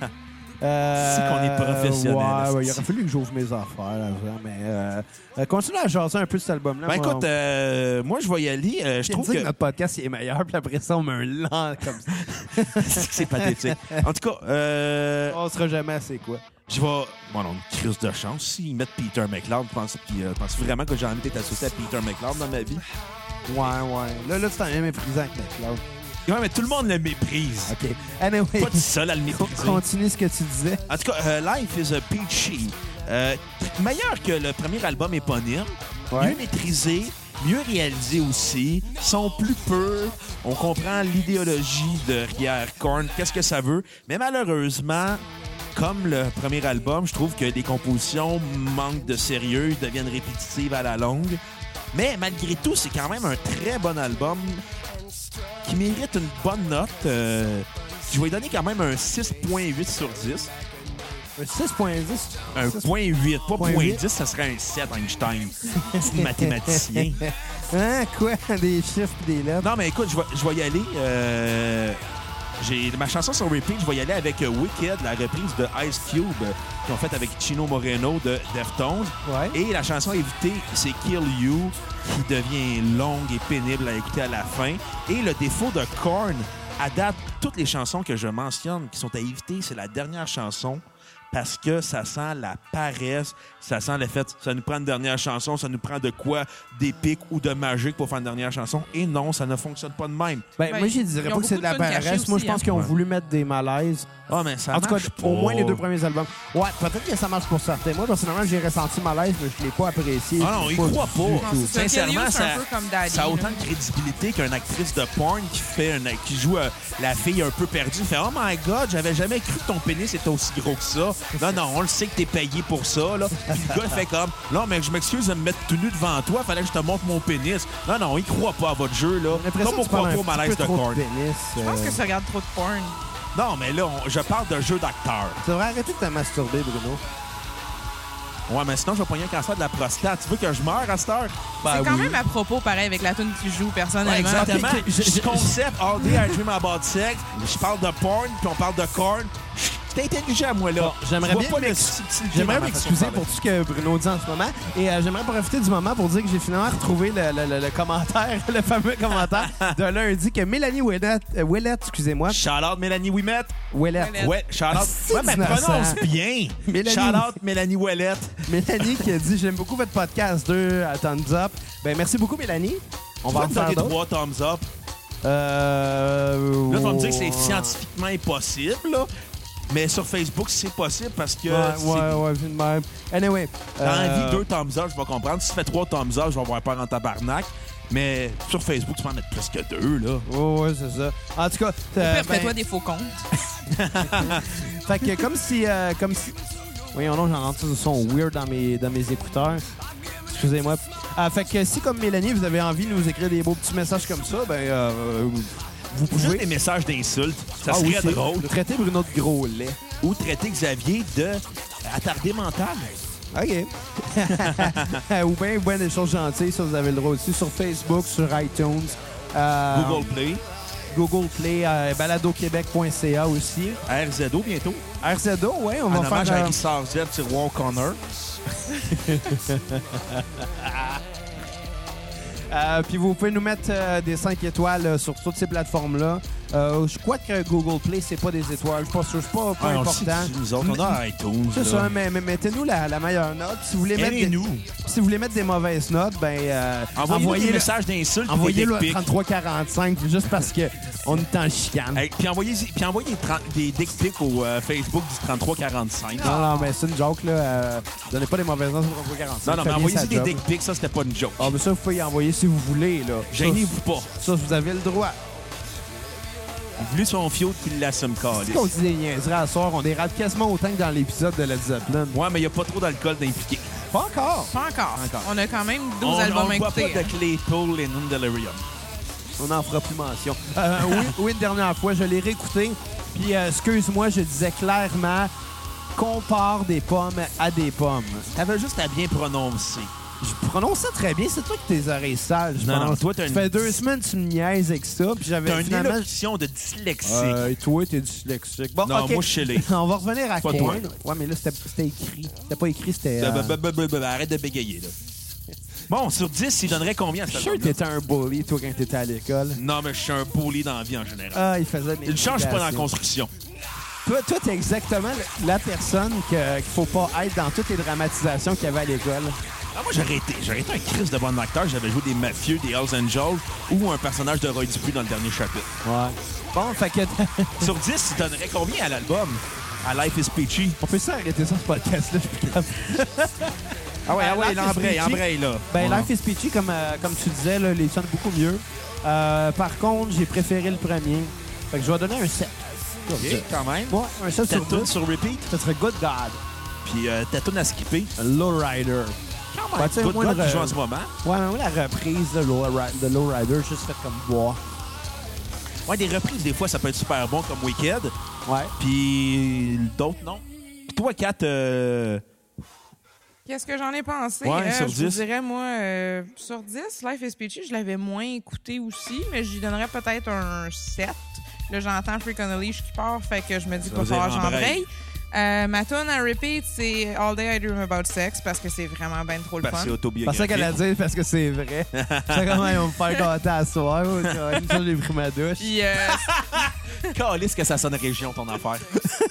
Euh, C'est qu'on est professionnel, Ouais, ouais, il esti. aurait fallu que j'ouvre mes affaires avant, mais euh, euh, continue à jaser un peu cet album-là. Ben moi. écoute, euh, moi, je vais y aller. Euh, je Je trouve trouve que... que notre podcast il est meilleur, puis après ça, on met un lent comme ça. c'est pathétique. En tout cas, euh, On sera jamais assez quoi. je vais... Bon, non, une crise de chance. S'ils mettent Peter McLeod, je pense, puis, euh, je pense vraiment que j'ai envie d'être associé à Peter McLeod dans ma vie. Ouais, ouais. Là, là, tu t'en es méprisant avec McLeod. Ouais, mais tout le monde le méprise. OK. Anyway, Pas tout seul à le mépriser. continue ce que tu disais. En tout cas, euh, Life is a Peachy. Euh, meilleur que le premier album éponyme. Ouais. Mieux maîtrisé, mieux réalisé aussi. Son plus peu. On comprend l'idéologie derrière Korn, qu'est-ce que ça veut. Mais malheureusement, comme le premier album, je trouve que les compositions manquent de sérieux, deviennent répétitives à la longue. Mais malgré tout, c'est quand même un très bon album qui mérite une bonne note. Euh, je vais lui donner quand même un six virgule huit sur dix. Un six virgule dix. Un point huit, pas Point point huit. dix, ça serait un sept, Einstein. C'est mathématicien. Hein, quoi? Des chiffres et des lettres? Non, mais écoute, je vais, je vais y aller. Euh, j'ai ma chanson sur repeat, je vais y aller avec euh, Wicked, la reprise de Ice Cube, euh, qu'ils ont faite avec Chino Moreno de Deftones. Ouais. Et la chanson évitée, c'est Kill You, qui devient longue et pénible à écouter à la fin. Et le défaut de Korn, à date, toutes les chansons que je mentionne qui sont à éviter, c'est la dernière chanson, parce que ça sent la paresse, ça sent le fait, ça nous prend une dernière chanson, ça nous prend de quoi d'épique ou de magique pour faire une dernière chanson. Et non, ça ne fonctionne pas de même. Ben, Ben, moi, je dirais ils pas ont que c'est de la beaucoup de tunes paresse. cachées Moi, je aussi, pense hein. qu'ils ont Ouais. voulu mettre des malaises. Ah, mais ça En tout cas, marche pas. au moins les deux premiers albums. Ouais, peut-être que ça marche pour certains. Moi, personnellement, j'ai ressenti malaise, mais je l'ai pas apprécié. Ah non, il Pas croit du pas. tout. Non, c'est ça. Sincèrement, Kelly, c'est un ça, peu comme Daddy, ça a autant là. de crédibilité qu'une actrice de porn qui fait une- qui joue euh, la fille un peu perdue. Fait oh my god, j'avais jamais cru que ton pénis était aussi gros que ça. Non non, on le sait que t'es payé pour ça là. Puis le gars fait comme non mais je m'excuse de me mettre tout nu devant toi, fallait que je te montre mon pénis. Non non, il croit pas à votre jeu là. J'ai l'impression Comme on que tu parles croit pas au un petit malaise peu de trop corn. pénis, Je pense euh. que tu regardes trop de porn. Non mais là, on- je parle de jeu d'acteur. Tu devrais arrêter de te masturber, Bruno. Ouais, mais sinon je vais pogner un cancer de la prostate. Tu veux que je meure à cette heure? Ben C'est quand oui. même à propos, pareil, avec la tune qui joue, personnellement. Ouais, exactement. Ok, ok, je- Je je- concept All Day I Dream About Sex. Je parle de porn, puis on parle de corn. T'es intelligent, moi, là. Bon, j'aimerais Je vois bien pas m'ex- le subtilité J'aimerais dans ma façon de m'excuser parler. pour tout ce que Bruno dit en ce moment. Et euh, j'aimerais profiter du moment pour dire que j'ai finalement retrouvé le, le- le- le commentaire, le fameux commentaire de lundi que Mélanie Ouellette, euh, Ouellette, excusez-moi, Shout-out Mélanie Ouellette. Ouellette, Ouellette. Ouais, shout-out. Ah, c'est Ouais, mais innocent. prononce bien. Mélanie- Shout-out Mélanie Ouellette. Mélanie qui a dit « J'aime beaucoup votre podcast, deux à thumbs up ». Ben merci beaucoup, Mélanie. On Tu va vas en me faire donner d'autres. trois thumbs up. Euh... Là, tu vas me dire que c'est scientifiquement impossible, là. Mais sur Facebook, c'est possible parce que Ouais, c'est- ouais, ouais, vu de même. Anyway. dans la euh, vie, deux thumbs up, je vais comprendre. Si tu fais trois thumbs up, je vais avoir peur en tabarnak. Mais sur Facebook, tu peux en mettre plus que deux, là. Ouais, ouais, c'est ça. En tout cas, Au euh, pire, ben, fais-toi des faux comptes. fait que comme si, euh, comme si, voyons donc, j'entends du son weird dans mes, dans mes écouteurs. Excusez-moi. Ah, fait que si comme Mélanie, vous avez envie de nous écrire des beaux petits messages comme ça, ben euh, vous Juste pouvez. des messages d'insultes. Ça Ah oui, serait c'est- drôle. Traiter Bruno de gros lait. Ou traiter Xavier de attardé mental. OK. Ou bien, ou bien des choses gentilles, ça vous avez le droit aussi sur Facebook, sur iTunes. euh, Google Play. Google Play, euh, balado québec point c a aussi. R Z O bientôt. R Z O, ouais, on En va hommage faire... à euh, Richard Z sur War Connor. Euh, puis vous pouvez nous mettre euh, des cinq étoiles euh, sur toutes ces plateformes-là. Euh, je crois que Google Play, c'est pas des étoiles. Je suis pas sûr, c'est pas, pas Ah, on le sait important. que nous autres, on a iTunes. C'est là. ça, mais, mais mettez-nous la, la meilleure note. Si vous voulez mettre des, Aimez-nous. si vous voulez mettre des mauvaises notes, ben euh, Envoyez-nous des le- messages d'insultes. envoyez-le à des dick pics. trente-trois quarante-cinq juste parce que on est en chicane. Hey, puis envoyez, puis envoyez trente des dick pics au euh, Facebook du trente-trois quarante-cinq. Non, non, mais c'est une joke, là. Euh, donnez pas des mauvaises notes sur trente-trois quarante-cinq. Non, non, mais Faites bien envoyez sa des job. dick pics, ça, c'était pas une joke. Ah, mais ça, vous pouvez y envoyer si vous voulez, là. Gênez-vous pas. Ça, ça, vous avez le droit. Voulu son fiot qu'il l'assume, Si calice. on dit des niaiseries à soir, on dérape quasiment autant que dans l'épisode de Led Zeppelin. Ouais, mais il n'y a pas trop d'alcool d'impliqué. Pas encore. Pas encore. Encore. On a quand même douze On albums ne à voit pas écouter. de Claypool et Non Delirium. On n'en fera plus mention. Euh, oui, oui, une dernière fois, je l'ai réécouté. Puis, euh, excuse-moi, je disais clairement compare des pommes à des pommes. T'avais juste à bien prononcer. Je prononce ça très bien. C'est toi qui tes oreilles sales, je Non, pense. non, toi, t'as Ça une- fait deux semaines que tu me niaises avec ça. Puis j'avais T'as une finalement... élocution de dyslexique. Euh, et toi, t'es dyslexique. Bon, Non, OK. moi, je suis laid. On va revenir à Pas Korn. toi. Ouais, mais là, c'était c'était écrit. C'était pas écrit, c'était... Bah, euh, bah, bah, bah, bah, bah, Arrête de bégayer, là. Bon, sur dix, il donnerait combien à Je cet suis sûr que album-là? t'étais un bully, toi, quand t'étais à l'école. Non, mais je suis un bully dans la vie en général. Ah, il faisait des Il change pas dans la imitations. construction. Toi, toi, t'es exactement la personne que- qu'il faut pas être dans toutes les dramatisations qu'il y avait à l'école. Ah, moi, j'aurais été, j'aurais été un Chris de bon acteur. J'avais joué des mafieux, des Hells Angels ou un personnage de Roy Dupuis dans le dernier chapitre. Ouais. Bon, fait que... Sur dix, il donnerait combien à l'album? À Life is Peachy? On peut s'arrêter ça, ce podcast-là, je suis plus capable. Ah ouais, Euh, ah ouais, Life is l'embraye, Peachy. embraye, là. Ben, Ouais. Life is Peachy, comme, euh, comme tu disais, là, les sonnent beaucoup mieux. Euh, par contre, j'ai préféré le premier. Fait que je vais donner un sept. OK, quand même. Ouais, un sept Ta sur toune dix. sur repeat, Ça serait Good God. puis euh, ta toune à skipper. Lowrider. Quand Ouais, tu sais, Good moi, God le- qui joue en ce moment. Ouais, mais moi, la reprise de Lowrider, de Lowrider, juste fait comme boire. Ouais, des reprises, des fois, ça peut être super bon comme Wicked. Ouais. Puis d'autres, non. Puis toi, Kat, euh, Qu'est-ce que j'en ai pensé? Ouais, Euh, sur je vous dix. dirais, moi, euh, sur dix, Life is Peachy, je l'avais moins écouté aussi, mais j'y donnerais peut-être un sept. Là, j'entends Freak on a Leash qui part, fait que je me dis Ça pas veut dire falloir embraye. j'embraye. Euh, ma tune à repeat, c'est All Day I Dream About Sex parce que c'est vraiment ben trop le ben, fun. c'est C'est autobiographique. ça qu'elle a dit parce que c'est vrai. C'est comment ils vont me faire gâter à soir. ou ça, Une fois, j'ai pris ma douche. Puis, euh, Calisse que ça sonne région, ton affaire.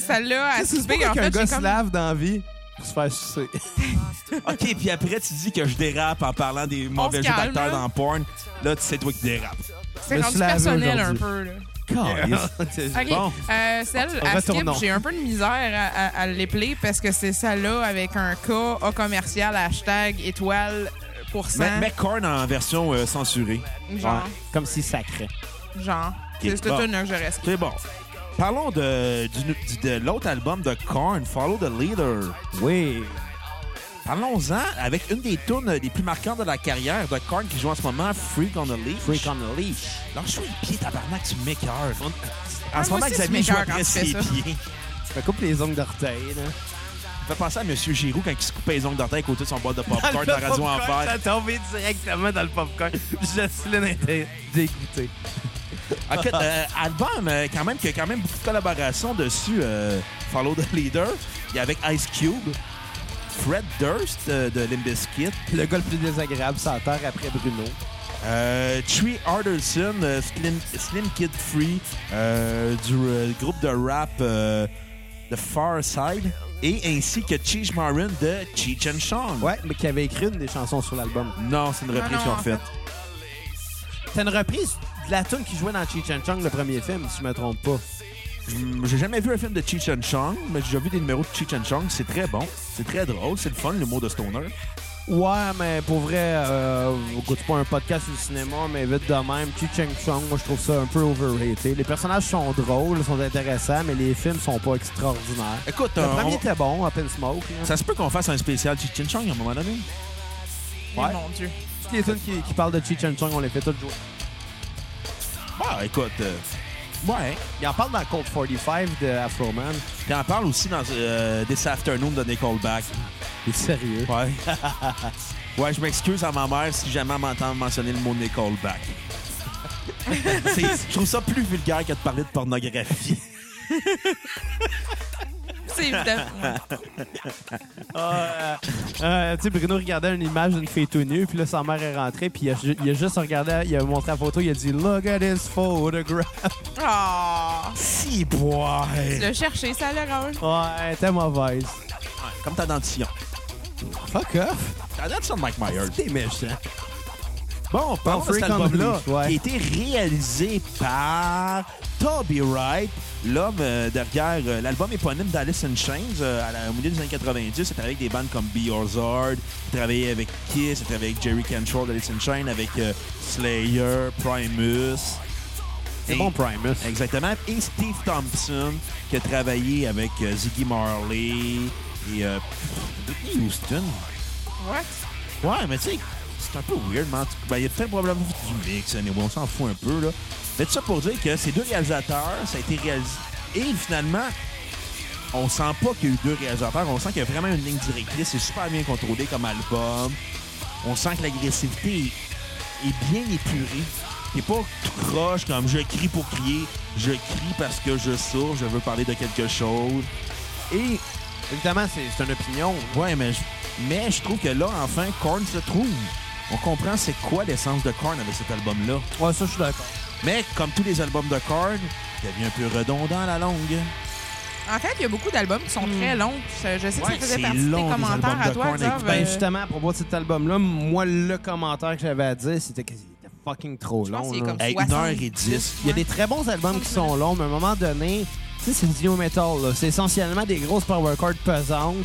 celle-là à C'est skipper. pas En qu'un fait, gars j'ai se comme... lave dans la vie pour se faire sucer. OK, puis après, tu dis que je dérape en parlant des mauvais jeux calme, d'acteurs là. dans le porn. Là, c'est toi qui dérapes. C'est me rendu suis lavé personnel un aujourd'hui. peu, là. OK. OK. Bon. Euh, celle à skip, Retournons. j'ai un peu de misère à, à, à l'épeler parce que c'est celle-là avec un K A commercial hashtag étoile pour cent. Mais, mais Korn en version euh, censurée. Genre. Ouais, comme si sacrait. Genre. C'est toute bon. une que je reste. C'est bon. Parlons de, du- du- de l'autre album de Korn, Follow the Leader. Oui. Parlons-en avec une des tunes les plus marquantes de la carrière de Korn qui joue en ce moment, Freak on the Leash. Freak on the leash. Lâche-toi les pieds, tabarnak, tu m'écœures. En Ah, ce moi moment, aussi, tu Xavier joue m'écœures après quand tu fais ses ça. pieds. Ça coupe les ongles d'orteil, là. Ça fait penser à M. Giroux quand il se coupait les ongles d'orteil à côté de son bol de popcorn de la radio en fer. T'as tombé directement dans le popcorn. Jocelyne était dégoûtée. OK, euh, album, euh, quand même, qui a quand même beaucoup de collaborations dessus. euh, Follow the Leader. Il y a avec Ice Cube, Fred Durst euh, de Limp Bizkit, Le gars le plus désagréable sur la terre après Bruno. euh, Tree Alderson, euh, Slim, Slim Kid Free, euh, du euh, groupe de rap euh, The Far Side, et ainsi que Cheech Marin de Cheech and Chong. Ouais, mais qui avait écrit une des chansons sur l'album. Non, c'est une Non, reprise non, qu'ils ont en faite. C'est une reprise de la tune qui jouait dans Cheech and Chong, le premier film, si je me trompe pas. Hum, J'ai jamais vu un film de Cheech and Chong, mais j'ai déjà vu des numéros de Cheech and Chong. C'est très bon, c'est très drôle, c'est le fun, l'humour de Stoner. Ouais, mais pour vrai, euh, écoute, c'est pas un podcast sur le cinéma, mais vite de même, Cheech and Chong, moi je trouve ça un peu overrated. Les personnages sont drôles, sont intéressants, mais les films sont pas extraordinaires. Écoute, Le euh, premier on- était bon, Up in Smoke. là. ça se peut qu'on fasse un spécial Cheech and Chong à un moment donné. Ouais. Mon Dieu. Toutes les tunes qui, qui parlent de Cheech and Chong, on les fait toutes jouer. Bah, écoute, euh, ouais. Il en parle dans Cold quarante-cinq de Afro Man. Puis on parle aussi dans euh, This Afternoon de Nickelback. Il est sérieux. Ouais. Ouais, je m'excuse à ma mère si jamais elle m'entend mentionner le mot Nickelback. C'est- Je trouve ça plus vulgaire que de parler de pornographie. C'est évident. Ouais. Euh, euh, tu sais, Bruno regardait une image d'une fille tout nue, puis là, sa mère est rentrée, puis il a, ju- il a juste regardé, il a montré la photo, il a dit « Look at this photograph Ah! Si, boy! Tu l'as cherché, ça l'arrange. ». Ouais, elle était mauvaise. Comme ta dentition. Fuck off. Ta dentition de Mike Myers. T'es méchant. Bon, parlons de Freak cet on the album-là, Leash, ouais. qui a été réalisé par Toby Wright, l'homme euh, derrière euh, l'album éponyme d'Alice in Chains euh, à la- au milieu des années quatre-vingt-dix. Il travaillé avec des bandes comme Biohazard, il travaillait avec Kiss, il travaillait avec Jerry Cantrell d'Alice in Chains, avec euh, Slayer, Primus. C'est Et- bon, Primus. Exactement. Et Steve Thompson, qui a travaillé avec euh, Ziggy Marley et euh, Whitney Houston. What? Ouais, mais tu sais, c'est un peu weird, man. Ben, il a fait probablement du mix, anyway, on s'en fout un peu, là. Mais tout ça pour dire que ces deux réalisateurs, ça a été réalisé. Et finalement, on sent pas qu'il y a eu deux réalisateurs, on sent qu'il y a vraiment une ligne directrice, c'est super bien contrôlé comme album. On sent que l'agressivité est, est bien épurée. T'es pas tout croche comme je crie pour crier, je crie parce que je souffre, je veux parler de quelque chose. Et Évidemment, c'est c'est une opinion. ouais, mais je, mais je trouve que là, enfin, Korn se trouve. On comprend c'est quoi l'essence de Korn avec cet album-là. Ouais, ça, je suis d'accord. Mais comme tous les albums de Korn, il devient un peu redondant à la longue. En fait, il y a beaucoup d'albums qui sont très longs. Je, je sais que Ouais, ça faisait c'est partie de long, tes les commentaires albums à de toi, Korn. Xav. Ben, Euh, justement, à propos de cet album-là, moi, le commentaire que j'avais à dire, c'était qu'il était fucking trop Je pense long. qu'il est là. comme Hey, une heure et dix. Il y a des très bons albums qui sont longs, mais à un moment donné, tu sais, c'est du new metal. là. C'est essentiellement des grosses power chords pesantes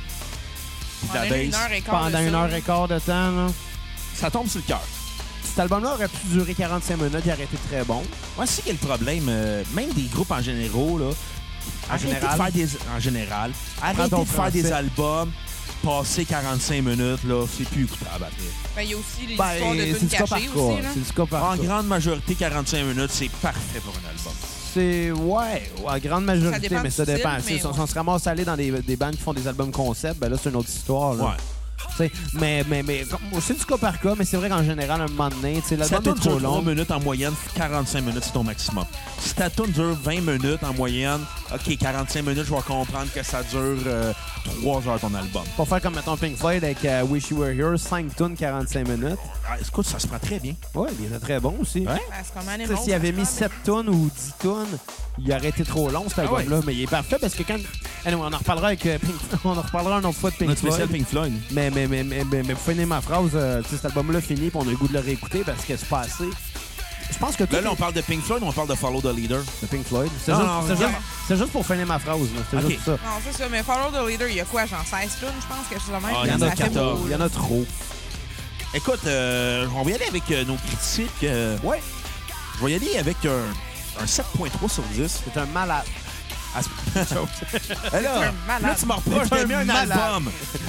On la a eu bass une heure et quart de pendant ça. une heure et quart de temps. Là. Ça tombe sur le cœur. Cet album-là aurait pu durer quarante-cinq minutes, il aurait été très bon. Moi, c'est quel problème, euh, même des groupes en généraux, là. En arrêtez général? de faire des, en général, arrêtez ton de faire français. des albums, passer quarante-cinq minutes, là, c'est plus écoutable après. Ben, il y a aussi les Ben, histoires de c'est tunes du cas par cachées cas. aussi. Là. C'est du cas par En cas. grande majorité, quarante-cinq minutes, c'est parfait pour un album. C'est, ouais, en grande majorité, Ça dépend mais du ça dépend. style, Si mais on, ouais. on se ramasse à aller dans des, des bandes qui font des albums concept, ben là, c'est une autre histoire. Là. Ouais. T'sais, mais, mais, mais c'est du cas par cas, mais c'est vrai qu'en général, un moment donné, Ça l'album tourne est trop dure trois long. minutes en moyenne, quarante-cinq minutes, c'est ton maximum. Si ta tune dure vingt minutes en moyenne, OK, quarante-cinq minutes, je vais comprendre que ça dure euh, trois heures ton album. Pour faire comme, mettons, Pink Floyd avec uh, Wish You Were Here, cinq tunes, quarante-cinq minutes. Ah, écoute, ça se prend très bien. Ouais, il était très bon aussi. Ouais. Ben, c'est comme Animal, S'il avait ça mis se sept tunes ou dix tunes, il aurait été trop long, cet Ah album-là. ouais. Mais il est parfait parce que quand... Anyway, on en reparlera avec euh, Pink on en reparlera une autre fois de Pink Notre spécial Floyd. Pink Floyd. Mais, mais, mais, mais, mais, mais pour finir ma phrase, euh, tu sais, cet album-là finit, puis on a le goût de le réécouter parce que c'est pas assez. Je pense que tout Là, là, on est- parle de Pink Floyd ou on parle de Follow the Leader? de Pink Floyd. C'est Non, juste, non, c'est regarde. juste- c'est juste pour finir ma phrase. là. C'est Ok. juste ça. Non, c'est ça, mais Follow the Leader, il y a quoi, genre seize tunes, je pense, quelque chose de même. Ah, Il y en Ça a fait quatorze. beaucoup, Il y en là. a trop. Écoute, euh, on va y aller avec euh, nos critiques. euh, Ouais. je vais y aller avec un, un sept virgule trois sur dix. C'est un malade. À ce- Eh là, un malade. là, tu me reproches C'est un d'aimer un malade. album.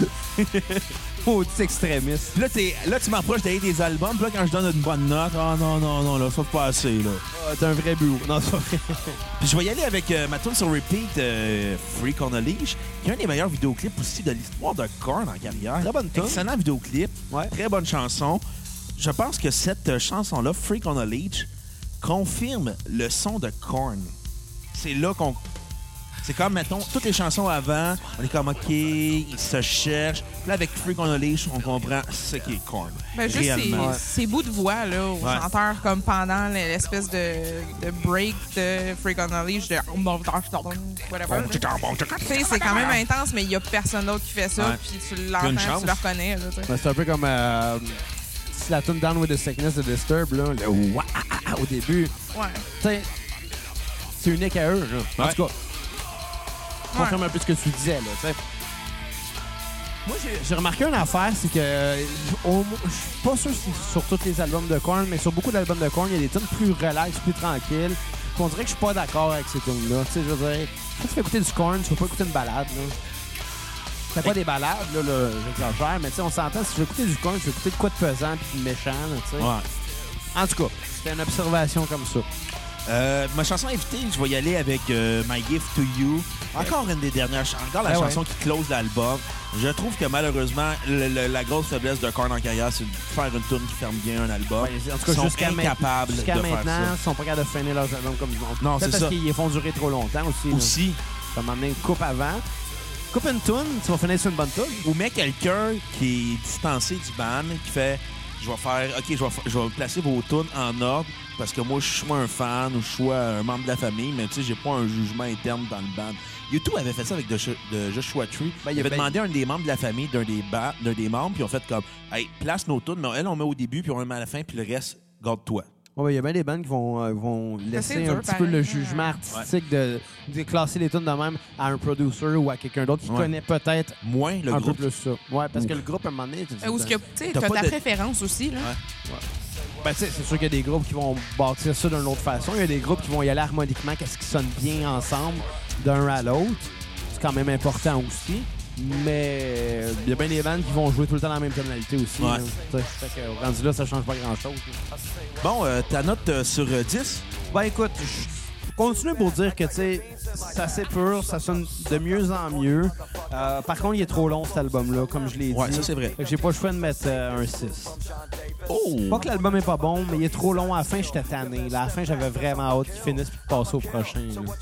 Maudit extrémiste. Puis là, t'es- là, tu m'approches d'aimer des albums. Puis là, quand je donne une bonne note, ah non, non, non, là, ça fait pas assez, là. Ah, T'es un vrai bureau. Non, c'est pas vrai. Puis je vais y aller avec euh, ma tune sur repeat, euh, Freak on a Leash, qui est un des meilleurs vidéoclips aussi de l'histoire de Korn en carrière. Très bonne tune. Excellent vidéoclip. Ouais. Très bonne chanson. Je pense que cette euh, chanson-là, Freak on a Leash, confirme le son de Korn. C'est là qu'on... C'est comme, mettons, toutes les chansons avant, on est comme, OK, ils se cherchent. Puis là, avec Freak on a Leash, on comprend ce qui est Korn. Ben, juste ces, Réellement. Ouais. ces bouts de voix là, aux Ouais. chanteurs comme pendant l'espèce de, de break de Freak on a Leash de whatever. Tu sais, c'est quand même intense, mais il y a personne d'autre qui fait ça. Ouais. Puis tu Une l'entends, chance. tu le reconnais. Là, tu sais. Ben, c'est un peu comme euh, si la tune Down with the Sickness de Disturbed, là, le ouah, ah, ah, au début. Ouais. Tu sais, c'est unique à eux. Là. En Ouais. tout cas, confirme un peu ce que tu disais. Là, tu sais. Moi, j'ai- j'ai remarqué une affaire, c'est que euh, au- je suis pas sûr si c'est sur tous les albums de Korn, mais sur beaucoup d'albums de Korn, il y a des tunes plus relax, plus tranquilles. Puis on dirait que je suis pas d'accord avec ces tunes-là. Tu sais, je veux dire, quand tu fais écouter du Korn, tu peux pas écouter une balade. Là. C'est pas des balades, là, là j'exagère, mais tu sais, on s'entend, si je veux écouter du Korn, je veux écouter de quoi de pesant puis de méchant, là, tu sais. Ouais. En tout cas, c'était une observation comme ça. Euh, ma chanson invitée, je vais y aller avec euh, My Gift to You. Encore une des dernières chansons. Encore la Ouais, chanson ouais. qui close l'album. Je trouve que malheureusement, le- le- la grosse faiblesse de Korn en carrière, c'est de faire une tune qui ferme bien un album. Ouais, en tout cas, Ils sont jusqu'à main- incapables jusqu'à de faire maintenant, ça. ils sont pas capables de finir leurs albums comme ils ont. Non, Peut-être c'est parce ça. qu'ils les font durer trop longtemps aussi. là. Aussi. Comme m'amener une coupe avant. Coupe une tune, tu vas finir sur une bonne tune. Ou met quelqu'un qui est distancé du band, qui fait je vais faire OK, je vais, fa- je vais placer vos tunes en ordre parce que moi je suis soit un fan ou je suis un membre de la famille, mais tu sais, j'ai pas un jugement interne dans le band. U deux avait fait ça avec de, de Joshua Tree. Ben, il il avait ben- demandé à un des membres de la famille d'un des, ba- d'un des membres, puis ils ont fait comme hey, place nos tunes, mais elle on met au début, puis on met à la fin, puis le reste, garde-toi. Ouais, il y a bien des bandes qui vont, euh, vont laisser dur, un petit peu pareil, le hein. jugement artistique de, de classer les tunes de même à un producer ou à quelqu'un d'autre qui Ouais. connaît peut-être Moins le un groupe. peu plus ça. Ouais, parce Ouf. que le groupe, à un moment donné, tu te dis, Euh, Ou ce que, ben, tu sais, T'as t'as pas ta de- préférence aussi, là. Ouais. ben, tu sais, c'est sûr qu'il y a des groupes qui vont bâtir ça d'une autre façon. Il y a des groupes qui vont y aller harmoniquement, qu'est-ce qui sonne bien ensemble d'un à l'autre. C'est quand même important aussi. Mais il y a bien des bandes qui vont jouer tout le temps dans la même tonalité aussi. Ouais. là. Tu sais, fait que, rendu là, ça change pas grand-chose. là. Bon, euh, ta note euh, sur euh, dix? Ben écoute, je continue pour dire que tu sais, c'est assez pur, ça sonne de mieux en mieux. Euh, par contre, il est trop long cet album-là, comme je l'ai Ouais, dit. ça, c'est vrai. Fait que j'ai pas le choix de mettre euh, un six. Oh! Pas que l'album est pas bon, mais il est trop long. À la fin, j'étais tanné. Là, à la fin, j'avais vraiment hâte qu'il finisse puis de passer au prochain. là.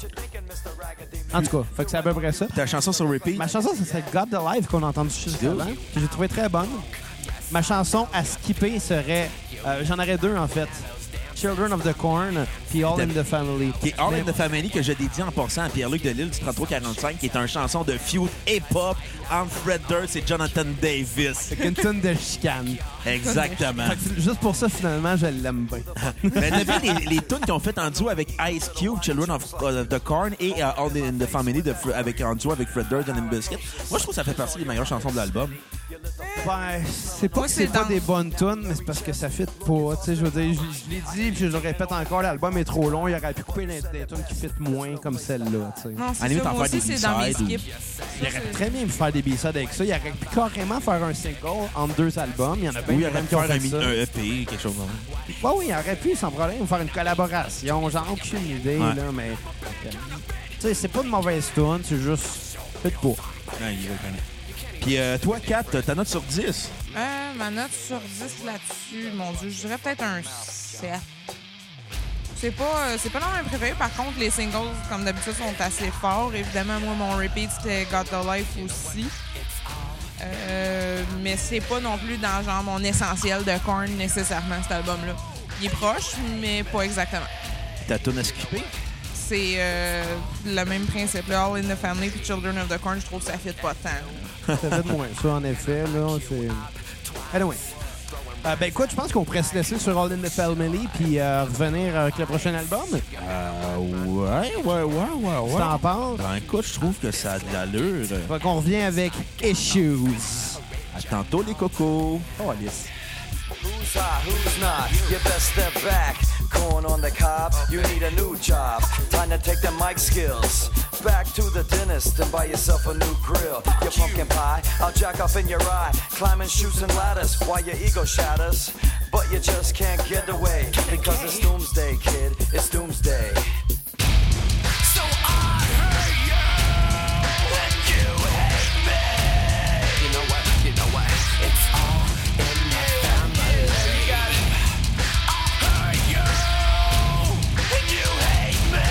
En tout cas, fait que c'est à peu près ça. Ta chanson sur repeat? Ma chanson, ça serait God the Life qu'on a entendu juste avant, que j'ai trouvé très bonne. Ma chanson à skipper serait... euh, j'en aurais deux, en fait. Children of the Corn puis All in the Family. Qui est All Mais- in the Family, que je dédie en passant à Pierre-Luc Delisle du trente-trois quarante-cinq, qui est une chanson de feud hip-hop entre Fred Durst et Jonathan Davis. Avec une tonne de chicane. Exactement. Fait que juste pour ça, finalement, je l'aime bien. Mais t'as vu les, les tunes qu'ils ont fait en duo avec Ice Cube, Children of uh, the Corn et uh, All in the Family de, Fr- avec, en duo avec Fred Durst et Limp Bizkit. Moi, je trouve que ça fait partie des meilleures chansons de l'album. Ben, c'est pas Moi, que c'est c'est pas dans- des bonnes tunes, mais c'est parce que ça fit pas. Tu sais, je veux dire, je, je l'ai dit, puis je le répète encore, l'album est trop long. Il aurait pu couper les, des tunes qui fit moins, comme celle-là, tu sais. Non, À la c'est limite, ça. en Moi faire aussi, des c'est dans mes B-sides ou- skips. Il aurait très bien pu faire des B-sides avec ça. Il aurait pu carrément faire un single entre deux albums. Il y en a bien Oui, il même aurait pu qui ont faire un, fait mi- ça. un E P, quelque chose comme ça. Ouais, oui, il aurait pu, sans problème, faire une collaboration. J'en ai aucune idée, Ouais. là, mais... Tu sais, c'est pas de mauvaise tune, c'est juste... Fait pas. Ouais, il le connaît. Puis euh, toi, Kat, ta note sur dix? Euh, ma note sur dix là-dessus, mon Dieu, je dirais peut-être un sept. C'est pas, euh, c'est pas dans mes préférés. Par contre, les singles, comme d'habitude, sont assez forts. Évidemment, moi, mon repeat, c'était Got the Life aussi. Euh, mais c'est pas non plus dans genre mon essentiel de Korn nécessairement, cet album-là. Il est proche, mais pas exactement. Ta tune à skipper? C'est euh, le même principe. Là, All in the Family puis Children of the Corn, je trouve que ça fit pas tant. Ça fait de moins. Ça, en effet, là, c'est... Anyway. Euh, ben écoute, je pense qu'on pourrait se laisser sur All in the Family puis euh, revenir avec le prochain album. Euh, ouais, ouais, ouais, ouais, ouais. Tu t'en penses? Ben écoute, je trouve que ça a de l'allure. Fait qu'on revient avec Issues. À tantôt, les cocos. Oh, Alice. Who's hot, who's not? You best step back. Corn on the cob, you need a new job. Time to take the mic skills back to the dentist and buy yourself a new grill. Your pumpkin pie, I'll jack off in your eye. Climbing chutes and ladders while your ego shatters. But you just can't get away because it's doomsday, kid. It's doomsday. So I hate you and you hate me. You know what? You know what? It's all in the family. You got it. I hate you and you hate me.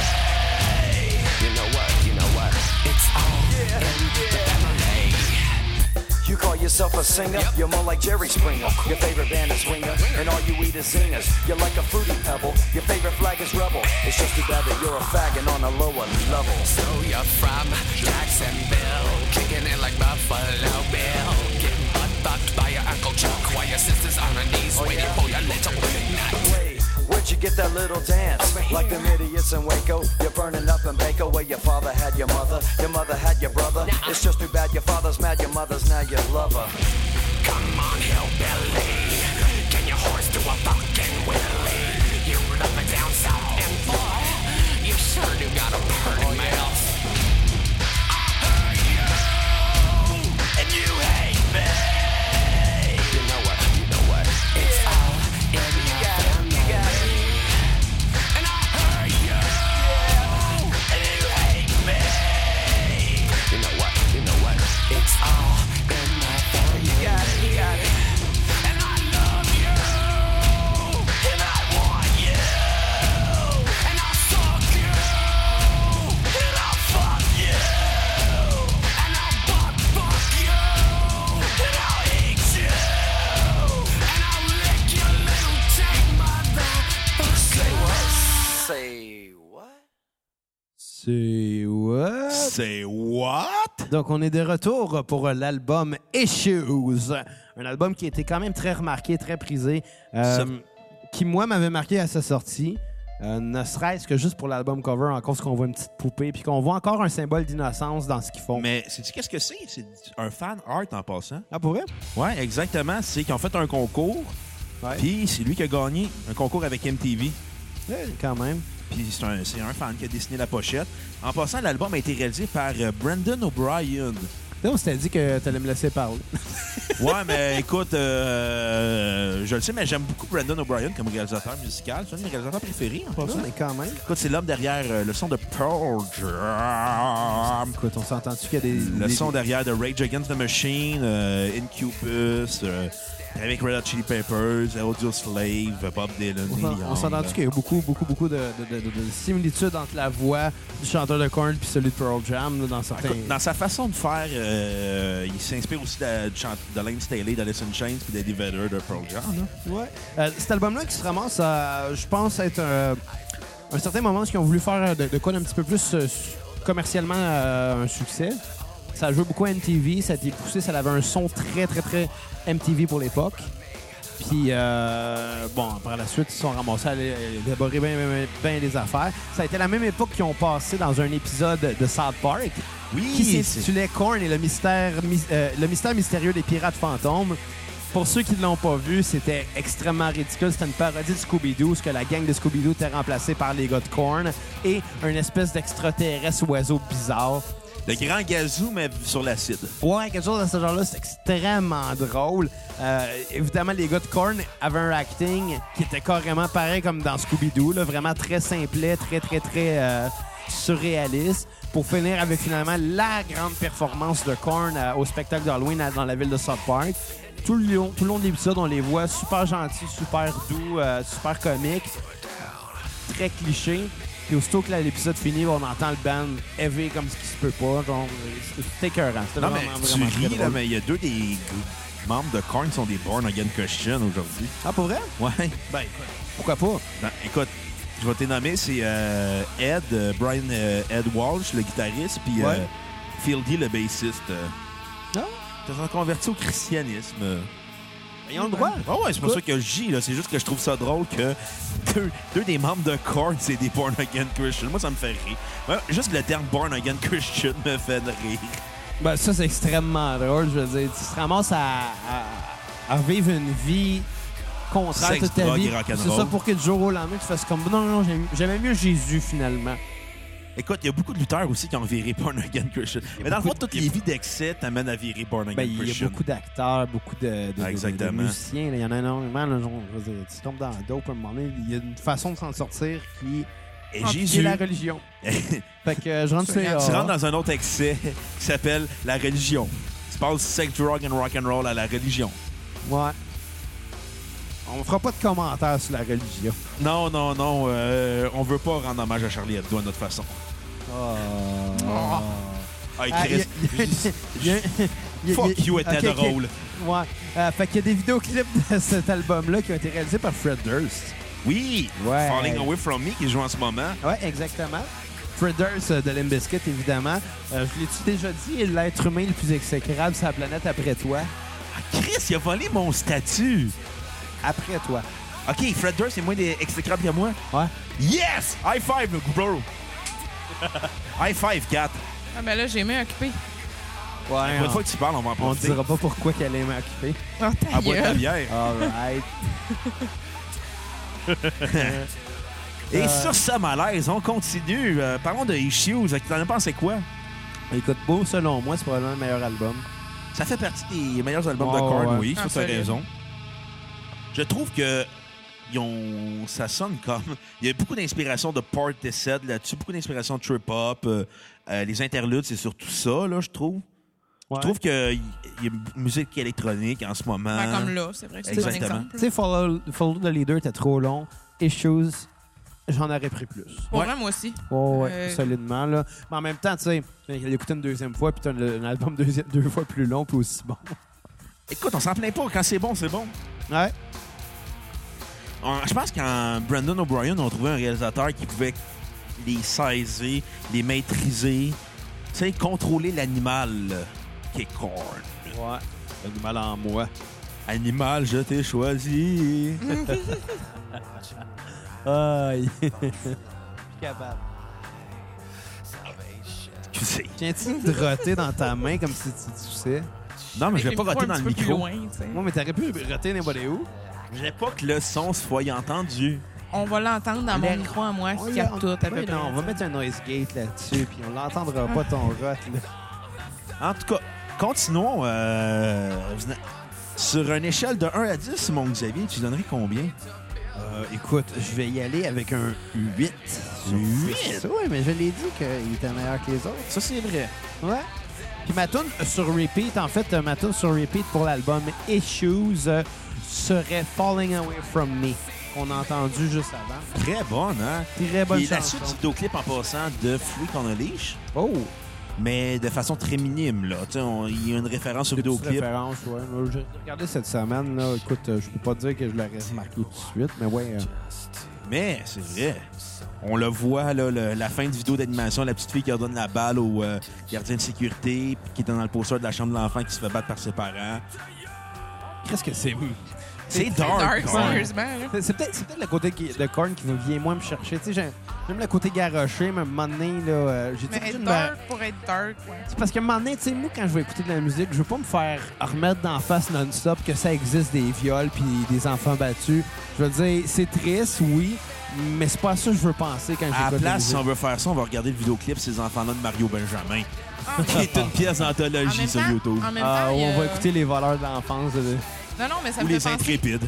You know what? You know what? It's all yeah, in yeah. the family. You call yourself a singer? Yep. You're more like Jerry Springer. Your favorite band is Winger, and all you eat is zingers. You're like a fruity pebble. Your favorite flag is Rebel. It's just too bad that you're a faggot on a lower level. So you're from Jacksonville, kicking it like Buffalo Bill, getting butt fucked by your Uncle Chuck while your sister's on her knees oh, waiting yeah? for your little nut. Wait, where'd you get that little dance? Like them idiots in Waco, you're burning up in Baco where your father had your mother, your mother had your brother. Nah. It's just too bad your father's mad, your mother's now your lover. Come on, hillbilly, can your horse do a fucking willy? You love me down south and boy, you sure do got a pretty oh, yeah. mouth. I hate you, and you hate me. You know what, you know what? It's yeah. all in you your got family. It, you got it. And I hate you, yeah. and you hate me. You know what, you know what? It's all in my family. You got it, you got it. And I love you, and I want you, and I suck you, and I fuck you, and I butt fuck you, and I'll eat you, and I'll lick your little tank motherfucker. Say what? C'est what? C'est what? Donc, on est de retour pour l'album Issues. Un album qui a été quand même très remarqué, très prisé, euh, Ça... qui, moi, m'avait marqué à sa sortie. Euh, ne serait-ce que juste pour l'album cover, en cause qu'on voit une petite poupée, puis qu'on voit encore un symbole d'innocence dans ce qu'ils font. Mais sais-tu qu'est-ce que c'est? C'est un fan art en passant. Ah, pour vrai? Ouais, exactement. C'est qu'ils ont fait un concours, Ouais. puis c'est lui qui a gagné un concours avec M T V. Ouais, quand même. Puis c'est un, c'est un fan qui a dessiné la pochette. En passant, l'album a été réalisé par euh, Brendan O'Brien. Là, on s'était dit que tu allais me laisser parler. Ouais, mais écoute, euh, je le sais, mais j'aime beaucoup Brendan O'Brien comme réalisateur musical. C'est un de mes réalisateurs préférés, en passant. Non, mais quand même. Écoute, c'est l'homme derrière euh, le son de Pearl Jam. Écoute, on s'entend-tu qu'il y a des... Le des... son derrière de Rage Against the Machine, euh, Incubus, euh, avec Red Hot Chili Peppers, Audio Slave, Bob Dylan. On s'entend-tu qu'il y a beaucoup, beaucoup, beaucoup de, de, de, de, de similitudes entre la voix du chanteur de Korn et celui de Pearl Jam, là, dans certains... Écoute, dans sa façon de faire, euh, il s'inspire aussi de, de, de Lane Staley, d'Alice in Chains puis d'Eddie Vedder de Pearl Jam. Là. Ouais. Euh, cet album-là qui se ramasse, à, je pense, être un, un certain moment où ils ont voulu faire de, de quoi d'un petit peu plus euh, commercialement euh, un succès. Ça a joué beaucoup à M T V, ça a été poussé, ça avait un son très, très, très M T V pour l'époque. Puis, euh, bon, par la suite, ils se sont ramassés à élaborer bien, bien, bien les affaires. Ça a été la même époque qu'ils ont passé dans un épisode de South Park oui, qui s'intitulait Korn et le mystère, euh, le mystère mystérieux des pirates fantômes. Pour ceux qui ne l'ont pas vu, c'était extrêmement ridicule. C'était une parodie de Scooby-Doo, ce que la gang de Scooby-Doo était remplacée par les gars de Korn et une espèce d'extraterrestre oiseau bizarre. Le grand gazou, mais sur l'acide. Ouais, quelque chose de ce genre-là, c'est extrêmement drôle. Euh, évidemment, les gars de Korn avaient un acting qui était carrément pareil comme dans Scooby-Doo, là, vraiment très simplet, très, très, très euh, surréaliste. pour finir avec finalement la grande performance de Korn euh, au spectacle d'Halloween à- dans la ville de South Park. Tout le long, tout le long de l'épisode, on les voit super gentils, super doux, euh, super comiques, très clichés. Puis aussitôt que là, l'épisode finit, on entend le band heavy comme ce qui se peut pas. Genre, c'est- c'était écœurant. C'était Non, mais vraiment, tu vraiment très ris, là, drôle. mais il y a deux des g- membres de Korn qui sont des Born Again Christians aujourd'hui. Ah, pour vrai? Ouais. Ben, écoute, pourquoi pas? Ben, écoute, je vais te nommer, c'est euh, Ed, euh, Brian euh, Ed Walsh, le guitariste, puis Ouais. euh, Fieldy, le bassiste. Euh, Ah. Ils sont convertis au christianisme. euh. Ils ont le droit. Ah ouais, c'est pour ça que je dis, là. C'est juste que je trouve ça drôle que deux, deux des membres de Korn, c'est des Born Again Christians. Moi, ça me fait rire. Ouais, juste le terme Born Again Christian me fait rire. Ben, ça, c'est extrêmement drôle. Je veux dire, tu te ramasses à, à, à vivre une vie contraire Sexe, toute ta drogue vie. et rock'n'roll. C'est ça pour que du jour au lendemain, tu fasses comme non, non, j'aime- j'aimais mieux Jésus finalement. Écoute, il y a beaucoup de lutteurs aussi qui ont viré Born Again Christian. Mais dans le fond, beaucoup de- toutes les vies d'excès t'amènent à virer Born Again Ben, il y a Christian. beaucoup d'acteurs, beaucoup de, de- de- Ah, exactement. de musiciens. là. Il y en a énormément. Là, genre, je veux dire, tu tombes dans la dope à un moment donné. Il y a une façon de s'en sortir qui Et qui est Jésus, la religion. Fait que euh, je rentre Tu sur tu rentres dans un autre excès qui s'appelle la religion. Tu passes sex, drug and rock and roll à la religion. Ouais. On fera pas de commentaires sur la religion. Non, non, non, euh, on veut pas rendre hommage à Charlie Hebdo à notre façon. Oh. Ah, Ah, Chris, il y a- il y a- il y a- fuck il y a- you était ok, ok. drôle. Ouais. Euh, fait qu'il y a des vidéoclips de cet album-là qui ont été réalisés par Fred Durst. Oui, Ouais. Falling Away From Me qui joue en ce moment. Ouais, exactement. Fred Durst euh, de Limp Bizkit, évidemment. Euh, je l'ai-tu déjà dit, l'être humain le plus exécrable sur la planète après toi. Ah, Chris, il a volé mon statut. Après toi. OK, Fred Durst est moins des- exécrable que moi. Ouais. Yes! High five, bro! High five, Kat. Ah, ben là, j'ai mis occupé. Ouais. Une on, fois que tu parles, on va en on profiter. dira pas pourquoi qu'elle est m'occuper. Oh, ta À boire de la gueule. bière. All right. Et Euh. sur ce malaise, on continue. Euh, parlons de Issues. T'en as pensé quoi? Écoute, beau, selon moi, c'est probablement le meilleur album. Ça fait partie des meilleurs albums de Oh, Korn, ouais. oui, Ah, ça t'as solide. raison. Je trouve que ils ont... ça sonne comme... Il y a beaucoup d'inspiration de Party Set là-dessus, beaucoup d'inspiration de trip-hop. euh, euh, les interludes, c'est surtout ça, là, je trouve. Ouais. Je trouve qu'il y a une musique électronique en ce moment. Ben, comme là, c'est vrai que c'est un bon Exactement. exemple. Tu sais, Follow, Follow the Leader était trop long. Issues, j'en aurais pris plus. Pour Ouais. vrai, moi aussi. Oh, ouais, Euh. solidement, là. Mais en même temps, tu sais, il l'écouté une deuxième fois, puis t'as un, un album deuxième, deux fois plus long, puis aussi bon. Écoute, on s'en plaint pas. Quand c'est bon, c'est bon. Ouais. On- je pense qu'en Brandon O'Brien, on a trouvé un réalisateur qui pouvait les saisir, les maîtriser, tu sais, contrôler l'animal euh, qui est Korn. Ouais. T'as du mal en moi. Animal, je t'ai choisi. Aïe. Je suis capable. Excusez. Tiens-tu de roter dans ta main comme si tu toussais? Non, mais je vais pas roter roter dans le Plus micro. loin, tu sais. Moi, mais t'aurais pu roter n'importe où. Je voulais pas que le son soit entendu. On va l'entendre dans Mais- mon micro à moi On qui y capte a- tout à peu Ouais, près. non, on va mettre un noise gate là-dessus, puis on l'entendra pas ton rot, là. En tout cas, continuons. euh, sur une échelle de un à dix, mon Xavier, tu donnerais combien? Euh, écoute, je vais y aller avec un huit. huit? Oui, mais je l'ai dit qu'il était meilleur que les autres. Ça, c'est vrai. Ouais. Puis ma tune sur repeat, en fait, euh, ma tune sur repeat pour l'album Issues euh, serait Falling Away From Me, qu'on a entendu juste avant. Très bonne, hein? Très bonne Et la chanson. suite du vidéoclip en passant de Freak on a Leash, Oh! mais de façon très minime, là. Tu sais, on- il y a une référence au Petite vidéoclip. référence, ouais. Euh, J'ai regardé cette semaine, là. Écoute, euh, je peux pas dire que je l'aurais remarqué tout de suite, mais ouais. euh, Mais c'est vrai. On le voit, là, le- la fin de vidéo d'animation, la petite fille qui redonne la balle au euh, gardien de sécurité, puis qui est dans le poster de la chambre de l'enfant qui se fait battre par ses parents. Qu'est-ce que c'est? C'est C'est dark. dark, Korn. sérieusement. là. C'est c'est peut-être c'est peut-être le côté qui- de Korn qui vient moins me chercher. Tu sais, j'aime j'aime le côté garoché, mais à un moment donné, là, euh, j'ai Mais dit être dark pour être dark, ouais. C'est parce qu'à un moment donné, tu sais, moi, quand je vais écouter de la musique, je veux pas me faire remettre d'en face non-stop que ça existe des viols puis des enfants battus. Je veux dire, c'est triste, oui, mais c'est pas à ça que je veux penser quand À la j'écoute de la place, si musique. on veut faire ça, on va regarder le vidéoclip Ces enfants-là de Mario Benjamin, En qui est une pièce en d'anthologie même sur temps, YouTube. en même Ah, temps, il y a- on va écouter les voleurs de l'enfance. de- Non, non, mais ça Ou me les fait penser... intrépides.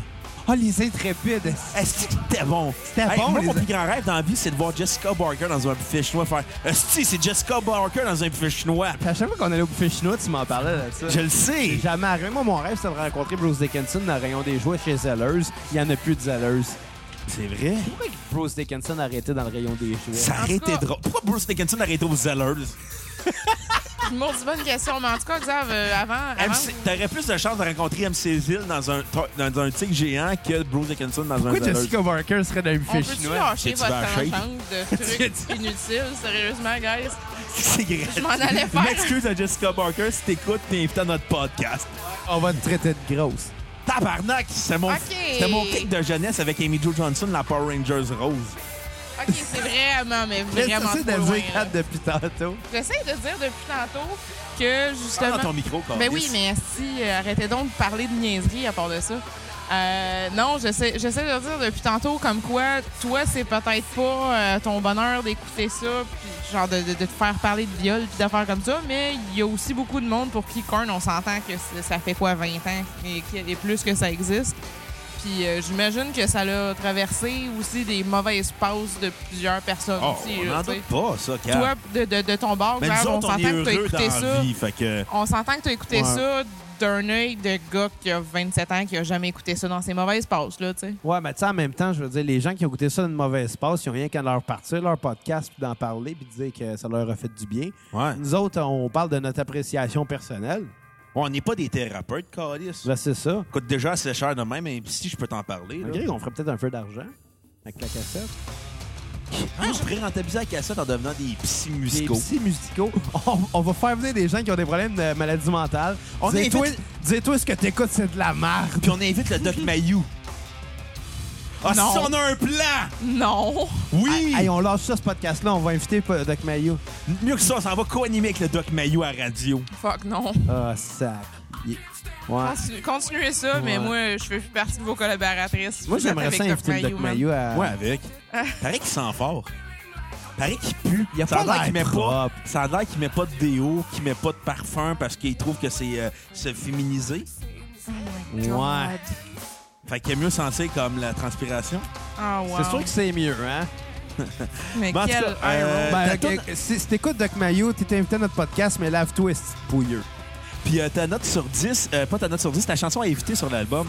Ah, les intrépides. Est-ce que c'était bon? C'était Hey, bon, Moi, les- mon plus grand rêve dans la vie, c'est de voir Jessica Barker dans un buffet chinois faire Est-ce que c'est Jessica Barker dans un buffet chinois? Puis à chaque fois qu'on allait au buffet chinois, tu m'en parlais de ça. Je le sais. C'est jamais arrivé. Moi, mon rêve, c'était de rencontrer Bruce Dickinson dans le rayon des jouets chez Zellers. Il n'y en a plus de Zellers. C'est vrai. Pourquoi que Bruce Dickinson a arrêté dans le rayon des jouets? Ça En aurait tout cas- été drôle. Pourquoi Bruce Dickinson a arrêté aux Zellers? Une maudite bonne question, mais en tout cas, Xav, euh, avant... avant M C T'aurais plus de chances de rencontrer M C Ville dans un, dans un tigre géant que Bruce Dickinson dans Pourquoi un Zellers. Jessica Barker serait dans le on buffet peut-tu chinois? lâcher T'es-tu votre dans la shape? tangente de trucs inutiles? Sérieusement, guys? C'est gratuit. Je m'en allais Je faire. m'excuse à Jessica Barker si t'écoutes t'es invité à notre podcast. On va te traiter de grosse. Tabarnak! C'est mon, Ok. c'était mon kick de jeunesse avec Amy Jo Johnson, la Power Rangers Rose. OK, c'est vraiment, mais vraiment J'essaie de trop loin. dire là. quatre depuis tantôt. J'essaie de dire depuis tantôt que, Parle justement... dans ton micro, Ben oui, câlisse. mais si, euh, arrêtez donc de parler de niaiserie à part de ça. Euh, non, j'essaie, j'essaie de dire depuis tantôt comme quoi, toi, c'est peut-être pas euh, ton bonheur d'écouter ça, puis genre de, de, de te faire parler de viol puis d'affaires comme ça, mais il y a aussi beaucoup de monde pour qui Korn, on s'entend que c'est- ça fait quoi, vingt ans et, et plus que ça existe. Puis euh, j'imagine que ça l'a traversé aussi des mauvaises passes de plusieurs personnes Oh, aussi. on là, n'en tu sais. doute pas, ça, Kat. Toi, de, de, de ton bord, Mais Xav, nous on autres, on s'entend est que t'as heureux écouté dans ça. la vie, fait que... On s'entend que tu as écouté Ouais. ça d'un œil de gars qui a vingt-sept ans, qui a jamais écouté ça dans ses mauvaises passes, là, tu sais. Ouais, mais tu sais, en même temps, je veux dire, les gens qui ont écouté ça d'une mauvaise passe, ils ont rien qu'à leur partir, leur podcast, puis d'en parler, puis de dire que ça leur a fait du bien. Ouais. Nous autres, on parle de notre appréciation personnelle. On n'est pas des thérapeutes, câlisse. Ben, c'est ça. Coûte déjà assez cher de même, mais si je peux t'en parler. Là. Malgré qu'on ferait peut-être un peu d'argent avec la cassette. Ah, je pourrais rentabiliser la cassette en devenant des psy Des musicaux. psy musicaux. On, on va faire venir des gens qui ont des problèmes de maladie mentale. On Dis-toi invite- dis-toi ce que t'écoutes, c'est de la merde. Puis on invite le Doc Mayou. Ah, Non. si on a un plan! Non! Oui! Hey, on lâche ça, ce podcast-là. On va inviter P- Doc Mayo. Mieux que ça, on s'en va co-animer avec le Doc Mayou à la radio. Fuck, non. Ah, sac. Yeah. Ouais. Continue- Continuez ça, mais Ouais. moi, je fais plus partie de vos collaboratrices. Moi, Vous êtes j'aimerais avec ça Doc inviter le Doc man. Mayo à... Ouais, avec. Paraît qu'il sent fort. Paraît qu'il pue. Il a Ça a pas l'air l'air qu'il met pas. propre. Ça a l'air qu'il met pas de déo, qu'il met pas de parfum parce qu'il trouve que c'est euh, se féminiser. Ouais. Fait qu'il est mieux sentir comme la transpiration. Ah, wow. C'est sûr que c'est mieux, hein? Mais Mais en tout quel cas, euh, iron. Ben, ta ok, toune- si, si t'écoutes Doc Mayo, t'es invité à notre podcast, mais lave-toi, c'est pouilleux. Puis euh, ta note sur dix, euh, pas ta note sur dix, ta chanson à éviter sur l'album.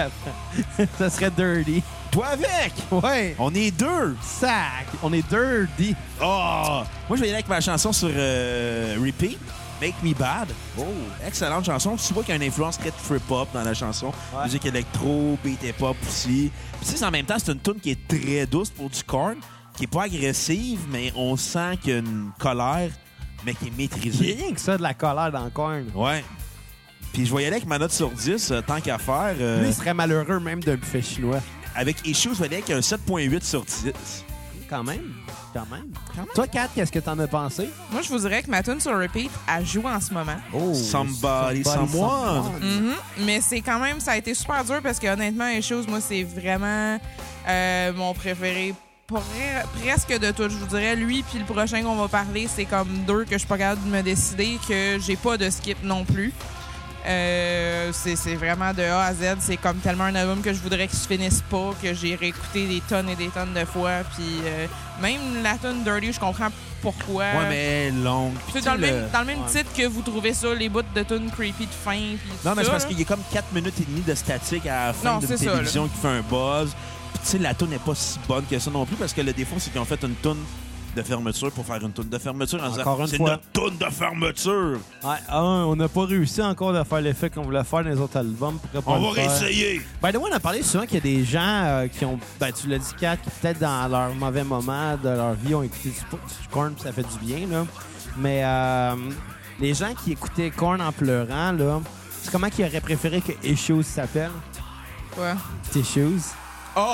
Ça serait dirty. Toi avec! Ouais. On est deux! Sac. On est dirty. Oh! Moi, je vais y aller avec ma chanson sur euh, Repeat, Make Me Bad. Oh! Excellente chanson. Tu vois qu'il y a une influence très trip-hop dans la chanson. Ouais. Musique électro, beat hip-hop aussi. Puis tu sais, en même temps, c'est une tune qui est très douce pour du Korn, qui est pas agressive, mais on sent qu'il y a une colère, mais qui est J'ai maîtrisée. rien que ça de la colère dans le corn. Ouais. Puis je vais y aller avec ma note sur dix, euh, tant qu'à faire. euh, Lui, il serait malheureux même d'un buffet chinois. avec Issues, je vais y aller avec un sept virgule huit sur dix. Quand même. Quand même. Toi, Kat, qu'est-ce que t'en as pensé? Moi, je vous dirais que ma tune sur repeat, elle joue en ce moment. Oh, Somebody, someone. Mhm. Mais c'est quand même, ça a été super dur parce que honnêtement, les choses, moi, c'est vraiment euh, mon préféré. Pre- presque de tout, je vous dirais. Lui, puis le prochain qu'on va parler, c'est comme deux que je suis pas capable de me décider, que j'ai pas de skip non plus. Euh, c'est c'est vraiment de A à Z. C'est comme tellement un album que je voudrais qu'il se finisse pas, que j'ai réécouté des tonnes et des tonnes de fois. Puis euh, même la tune Dirty, je comprends pourquoi. Ouais, mais longue. Puis C'est tu dans sais, le même, dans le même ouais. titre que vous trouvez ça, les bouts de tune creepy de fin. Puis tout Non, mais c'est ça, parce là. qu'il y a comme quatre minutes et demie de statique à la fin Non, d'une c'est ça, télévision qui fait un buzz. Puis tu sais, la tune n'est pas si bonne que ça non plus parce que le défaut, c'est qu'ils ont fait une tune de fermeture pour faire une tune de fermeture. En disant, Encore une c'est fois. notre tune de fermeture. Ouais, un, on n'a pas réussi encore de faire l'effet qu'on voulait faire dans les autres albums. Pourquoi pas On le va faire? réessayer. By the way, on a parlé souvent qu'il y a des gens euh, qui ont, ben tu l'as dit, Kat, qui peut-être dans leur mauvais moment de leur vie ont écouté du, du Korn, puis ça fait du bien, là. Mais euh, les gens qui écoutaient Korn en pleurant, là, c'est comment qu'ils auraient préféré que Issues s'appelle? Quoi? Tissues. Oh!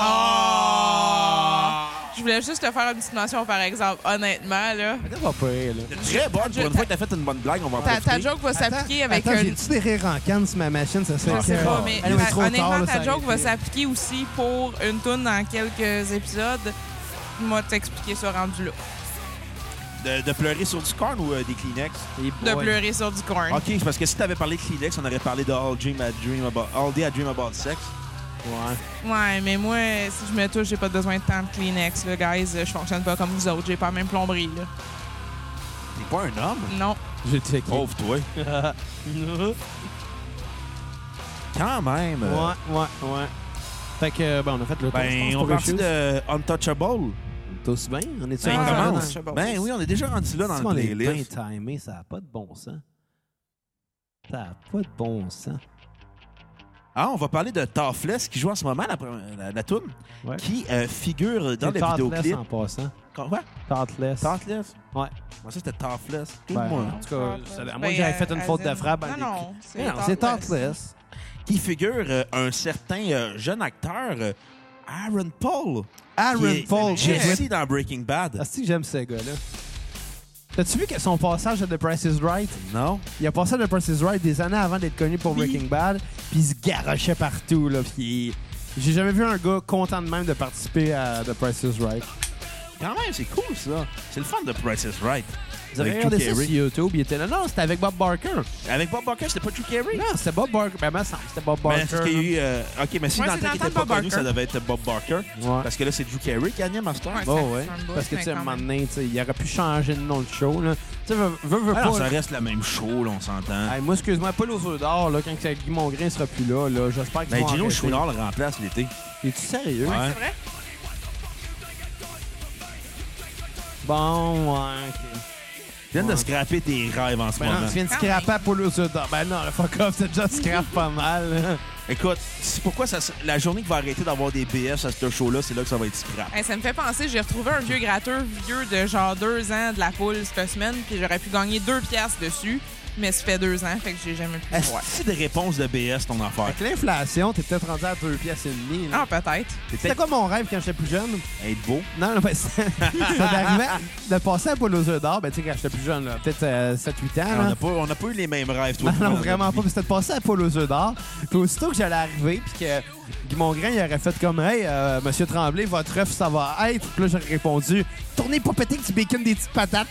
Je voulais juste te faire une petite mention, par exemple. Honnêtement, là, Ça va pas rire, là. C'est très bonne. Pour une fois que t'as fait une bonne blague, on va en ta, ta profiter. joke va s'appliquer avec attends, un... j'ai-tu des rires en canne sur ma machine? Ça serait Je sais que- pas, mais Anyway, ta- trop honnêtement, tard, là, ta ça joke va arrête. s'appliquer aussi pour une tune dans quelques épisodes. Moi, t'expliquer ça rendu là. De, de pleurer sur du corn ou euh, des Kleenex? Et De boy. pleurer sur du corn. OK, c'est parce que si t'avais parlé de Kleenex, on aurait parlé de All, Dream, I Dream About, All Day I Dream About Sex. Ouais. Ouais, mais moi, si je me touche, j'ai pas besoin de tant de Kleenex, là, guys. Je fonctionne pas comme vous autres. J'ai pas la même plomberie, là. T'es pas un homme? Non. J'ai checké. Pauvre toi. Quand même. euh, Ouais, ouais, ouais. Fait que, ben, on a fait le tour, je Ben, pense, on pour partit Issues. de Untouchable. T'es aussi bien? On est-tu Ben, rendu là dans- commence. Ben oui, on est déjà rendu là dans Si le on est bien playlist. timé, ça n'a pas de bon sens. Ça n'a pas de bon sens. Ah, on va parler de Toughless qui joue en ce moment, la, la, la toune, Ouais. qui euh, figure dans C'est le Toothless vidéoclip. en passant. Quoi? Toothless. Toughless? Ouais. Moi, ça, c'était Toughless. Ben, Moi. en tout cas, ça- à moins Ben, que j'avais fait une à- faute à- de frappe. Non, non. Mais non, c'est Toothless. Qui figure euh, un certain euh, jeune acteur, euh, Aaron Paul. Aaron qui est Paul. Jesse dans Breaking Bad. Ah, c'est que j'aime ce gars-là. T'as-tu vu que son passage à The Price is Right? Non? Il a passé à The Price is Right des années avant d'être connu pour Oui. Breaking Bad, puis il se garochait partout, là. Puis j'ai jamais vu un gars content de même de participer à The Price is Right. Quand même, c'est cool, ça. C'est le fun de Price is Right. Vous avez Avec regardé Drew ça Carey. sur YouTube, il était là. Non, c'était avec Bob Barker. Avec Bob Barker, c'était pas Drew Carey? Non, c'était Bob Barker. Ben, me semble, c'était Bob Ben, Barker. c'est qu'il y a eu, euh, OK, mais si Ouais, dans c'est le temps dans qu'il le était temps pas de Bob connu, ça Barker. devait être Bob Barker. Ouais. Parce que là, c'est Drew Carey qui anime à ce temps. Ouais. Bon, Ça- ouais. c'est un bout, Parce que, tu sais, mais à un quand moment même. donné, tu sais, il aurait pu changer le nom de show, là. Tu sais, veux, veux, veux Ah non, pas. ça reste la même show, là, on s'entend. Hey, moi, excuse-moi, pas aux œufs d'or, là, quand Guy Mongrain sera plus là, là. J'espère qu'ils Ben, vont Gino arrêter. Chouinard le remplace l'été. Es-tu sérieux? Ouais. C'est vrai? Bon, ouais, OK. Tu viens de Ouais. scraper tes rêves en ce Ben non, moment. tu viens de Quand scraper Apollo Zodor. Ben non, le fuck off, c'est déjà scrap pas mal. là. Écoute, c'est pourquoi ça, se- la journée qui va arrêter d'avoir des B S à ce show-là, c'est là que ça va être scrap. Hey, ça me fait penser, j'ai retrouvé un vieux gratteux vieux de genre deux ans de la poule cette semaine, puis j'aurais pu gagner deux piastres dessus, mais ça fait deux ans, fait que j'ai jamais pu le voir. Est-ce des réponses de B S ton affaire? Avec l'inflation, t'es peut-être rendu à deux pièces et demie. là. Ah, peut-être. C'est C'était quoi mon rêve quand j'étais plus jeune? être beau. Non, non, ben, c'est c'est d'arriver à- de passer à Apollo Zodor, ben, tu sais, quand j'étais plus jeune, là, peut-être euh, sept huit ans. On là. n'a pas, on n'a pas eu les mêmes rêves, toi. Non, et moi, non, dans vraiment notre pas. vie. Puis c'était de passer à Paul aux œufs d'or. Puis aussitôt que j'allais arriver, puis que Guy Mongrain, il aurait fait comme, hey, euh, Monsieur Tremblay, votre œuf, ça va être. Puis là, j'aurais répondu, tournez pas péter que tu bacon des petites patates.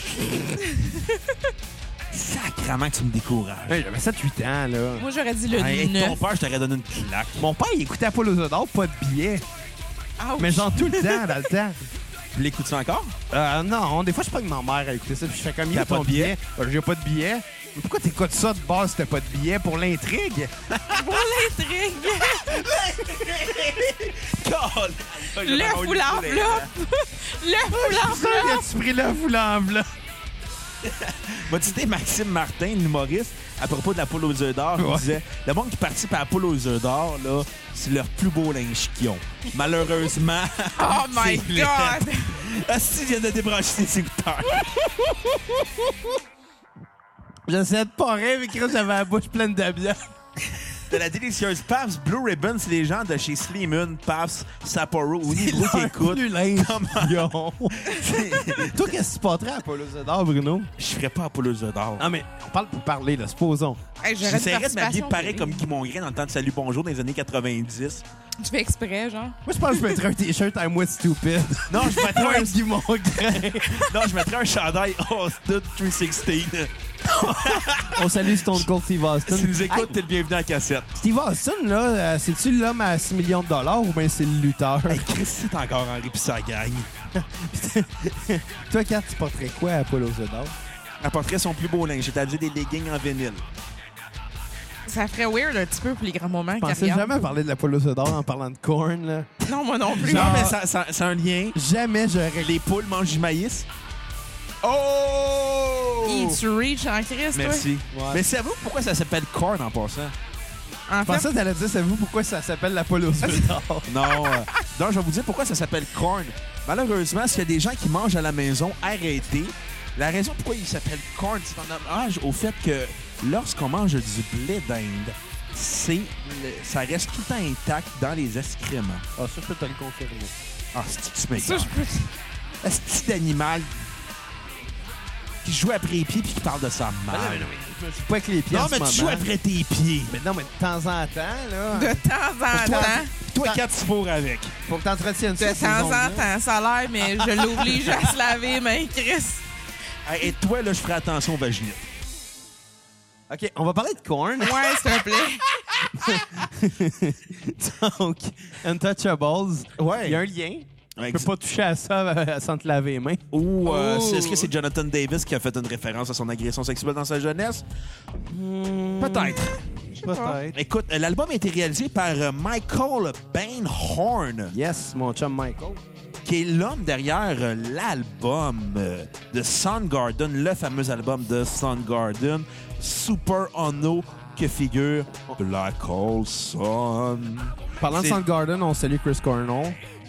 Sacrement que tu me décourages. Hey, j'avais sept huit ans, là. Moi, j'aurais dit le Hey, ton neuf. père, je t'aurais donné une claque. Mon père, il écoutait Apollo aux œufs d'or, pas de billets. Ouch. Mais genre tout le temps, dans le temps. Tu l'écoutes encore? Euh, non, des fois, je prends ma mère à écouter ça, puis je fais comme, il y T'as a pas ton de billet? billet. Euh, J'ai pas de billet. Mais pourquoi t'écoutes ça de base si t'as pas de billet? Pour l'intrigue? Pour l'intrigue. Le fou l'enveloppe. Le fou Ça, l'enveloppe. as-tu pris le fou l'enveloppe? M'a dit Maxime Martin, l'humoriste, à propos de la poule aux œufs d'or, il Ouais. disait le monde qui participe à la poule aux œufs d'or, là, c'est leur plus beau linge qu'ils ont. Malheureusement. Oh my c'est laid. God. Asti vient de débrancher ses écouteurs. J'essayais de pas rire, mais Chris, j'avais la bouche pleine de bière. De la délicieuse Pabst Blue Ribbon, c'est les gens de chez Slimun, Pabst, Sapporo, Unibrew qui écoutent. Plus Comment? Toi, qu'est-ce que tu porterais à Apollo Zodor, Bruno? Je ferais pas la poule aux œufs d'or. Non, mais on parle pour parler, là, supposons. Hey, j'aurais J'essaierais de participation m'habiller pareil télé. comme Guy Mongrain dans le temps de Salut Bonjour dans les années quatre-vingt-dix. Tu fais exprès, genre. Moi, je pense que je mettrais un T-shirt I'm with stupid. Non, je mettrais un, Guy Mongrain. non, je mettrais un chandail Austin trois cent seize. On salue Stone Cold Steve Austin. Si tu nous écoutes, t'es le bienvenu à la cassette. Steve Austin, là, euh, c'est-tu l'homme à six millions de dollars ou bien c'est le lutteur? Hey, Chris, c'est encore Henri pis sa gang. Toi, Kat, tu porterais quoi à Apollo Zodor? Apporterait son plus beau linge, c'est-à-dire des leggings en vinyle. Ça ferait weird un petit peu pour les grands moments. Je qui pensais regardent. jamais parler de l'Apollo Zodor en parlant de corn, là. Non, moi non plus. Genre- Non, mais ça, ça, c'est un lien. Jamais j'aurais... Les poules mangent du maïs. Oh! Eat Reach en Christ, toi. Merci. Ouais. Mais savez-vous pourquoi ça s'appelle corn en passant? En Je pensais fait, que t'allais dire, savez-vous pourquoi ça s'appelle l'Apollo Zodor? Non. euh, non, je vais vous dire pourquoi ça s'appelle corn. Malheureusement, s'il y a des gens qui mangent à la maison, arrêtez. La raison pourquoi il s'appelle corn, c'est en hommage au fait que lorsqu'on mange du blé d'Inde, c'est le- ça reste tout le temps intact dans les excréments. Ah, ça, je peux te le confirmer. Ah, c'est que tu ça, m'écoeures. je peux... Un petit d'animal qui joue après les pieds puis qui parle de sa mère. Je suis pas avec les pieds Non, en mais ce tu joues moment. après tes pieds. Mais non, mais de temps en temps, là, De temps en Toi, temps. toi quatre, tu fourres avec. faut que t'entretiennes ça. De ces temps en ongles-là. temps, ça a l'air, mais je l'oblige à se laver, mais Chris. Hey, et toi, là, je ferai attention aux vaginites. OK, on va parler de corn. Ouais, s'il te plaît. Donc, Untouchables, Ouais. il y a un lien. Ouais, Tu peux pas toucher à ça euh, sans te laver les mains. Ou euh, Oh. c'est- est-ce que c'est Jonathan Davis qui a fait une référence à son agression sexuelle dans sa jeunesse? Peut-être. Peut-être. Écoute, euh, l'album a été réalisé par euh, Michael Bainhorn, Yes, mon chum Michael. qui est l'homme derrière euh, l'album euh, de Soundgarden, le fameux album de Soundgarden, Super Ono, que figure Black Hole Sun. Parlant de C'est- Soundgarden, on salue Chris Cornell.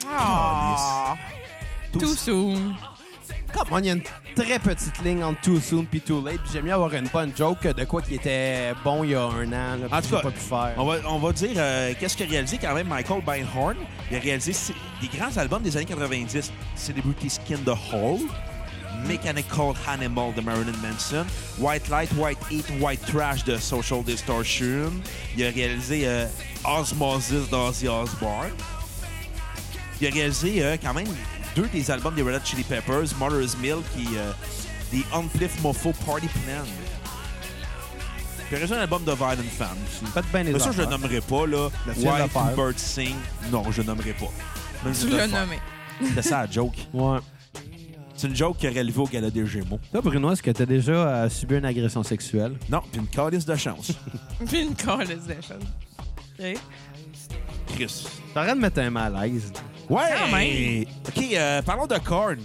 Ah, too soon. Come on, il y a une très petite ligne entre Too Soon puis Too Late. Puis j'aime mieux avoir une bonne joke que de quoi qui était bon il y a un an. Là, En puis tout j'ai cas, pas pu faire. On va, on va dire euh, qu'est-ce qu'il a réalisé quand même Michael Bainhorn. Il a réalisé c- des grands albums des années quatre-vingt-dix. Celebrity Skin the Hole, Mechanical Animal de Marilyn Manson, White Light, White Heat, White Trash de Social Distortion. Il a réalisé euh, Osmosis d'Ozzy Osbourne. Il a réalisé euh, quand même deux des albums des Red Hot Chili Peppers, Mother's Milk et euh, The Unpliff Mofo Party Plan. Puis il a réalisé un album de Violent Femmes aussi. Faites bien les Mais ça, je le affaires. nommerai pas, là. Mais tu viens de le Why faire. Two Birds Sing. Non, je le nommerai pas. Même si Tu je le l'as fais. nommé. C'est ça, la joke. Ouais. C'est une joke qui aurait levé au gala des Gémeaux. Toi, Bruno, est-ce que t'as déjà euh, subi une agression sexuelle? Non, puis une calice de chance. Puis une calisse de choses. OK. Chris. T'arrêtes de mettre un mal à l'aise. Ouais! Quand même. OK, euh, parlons de Korn.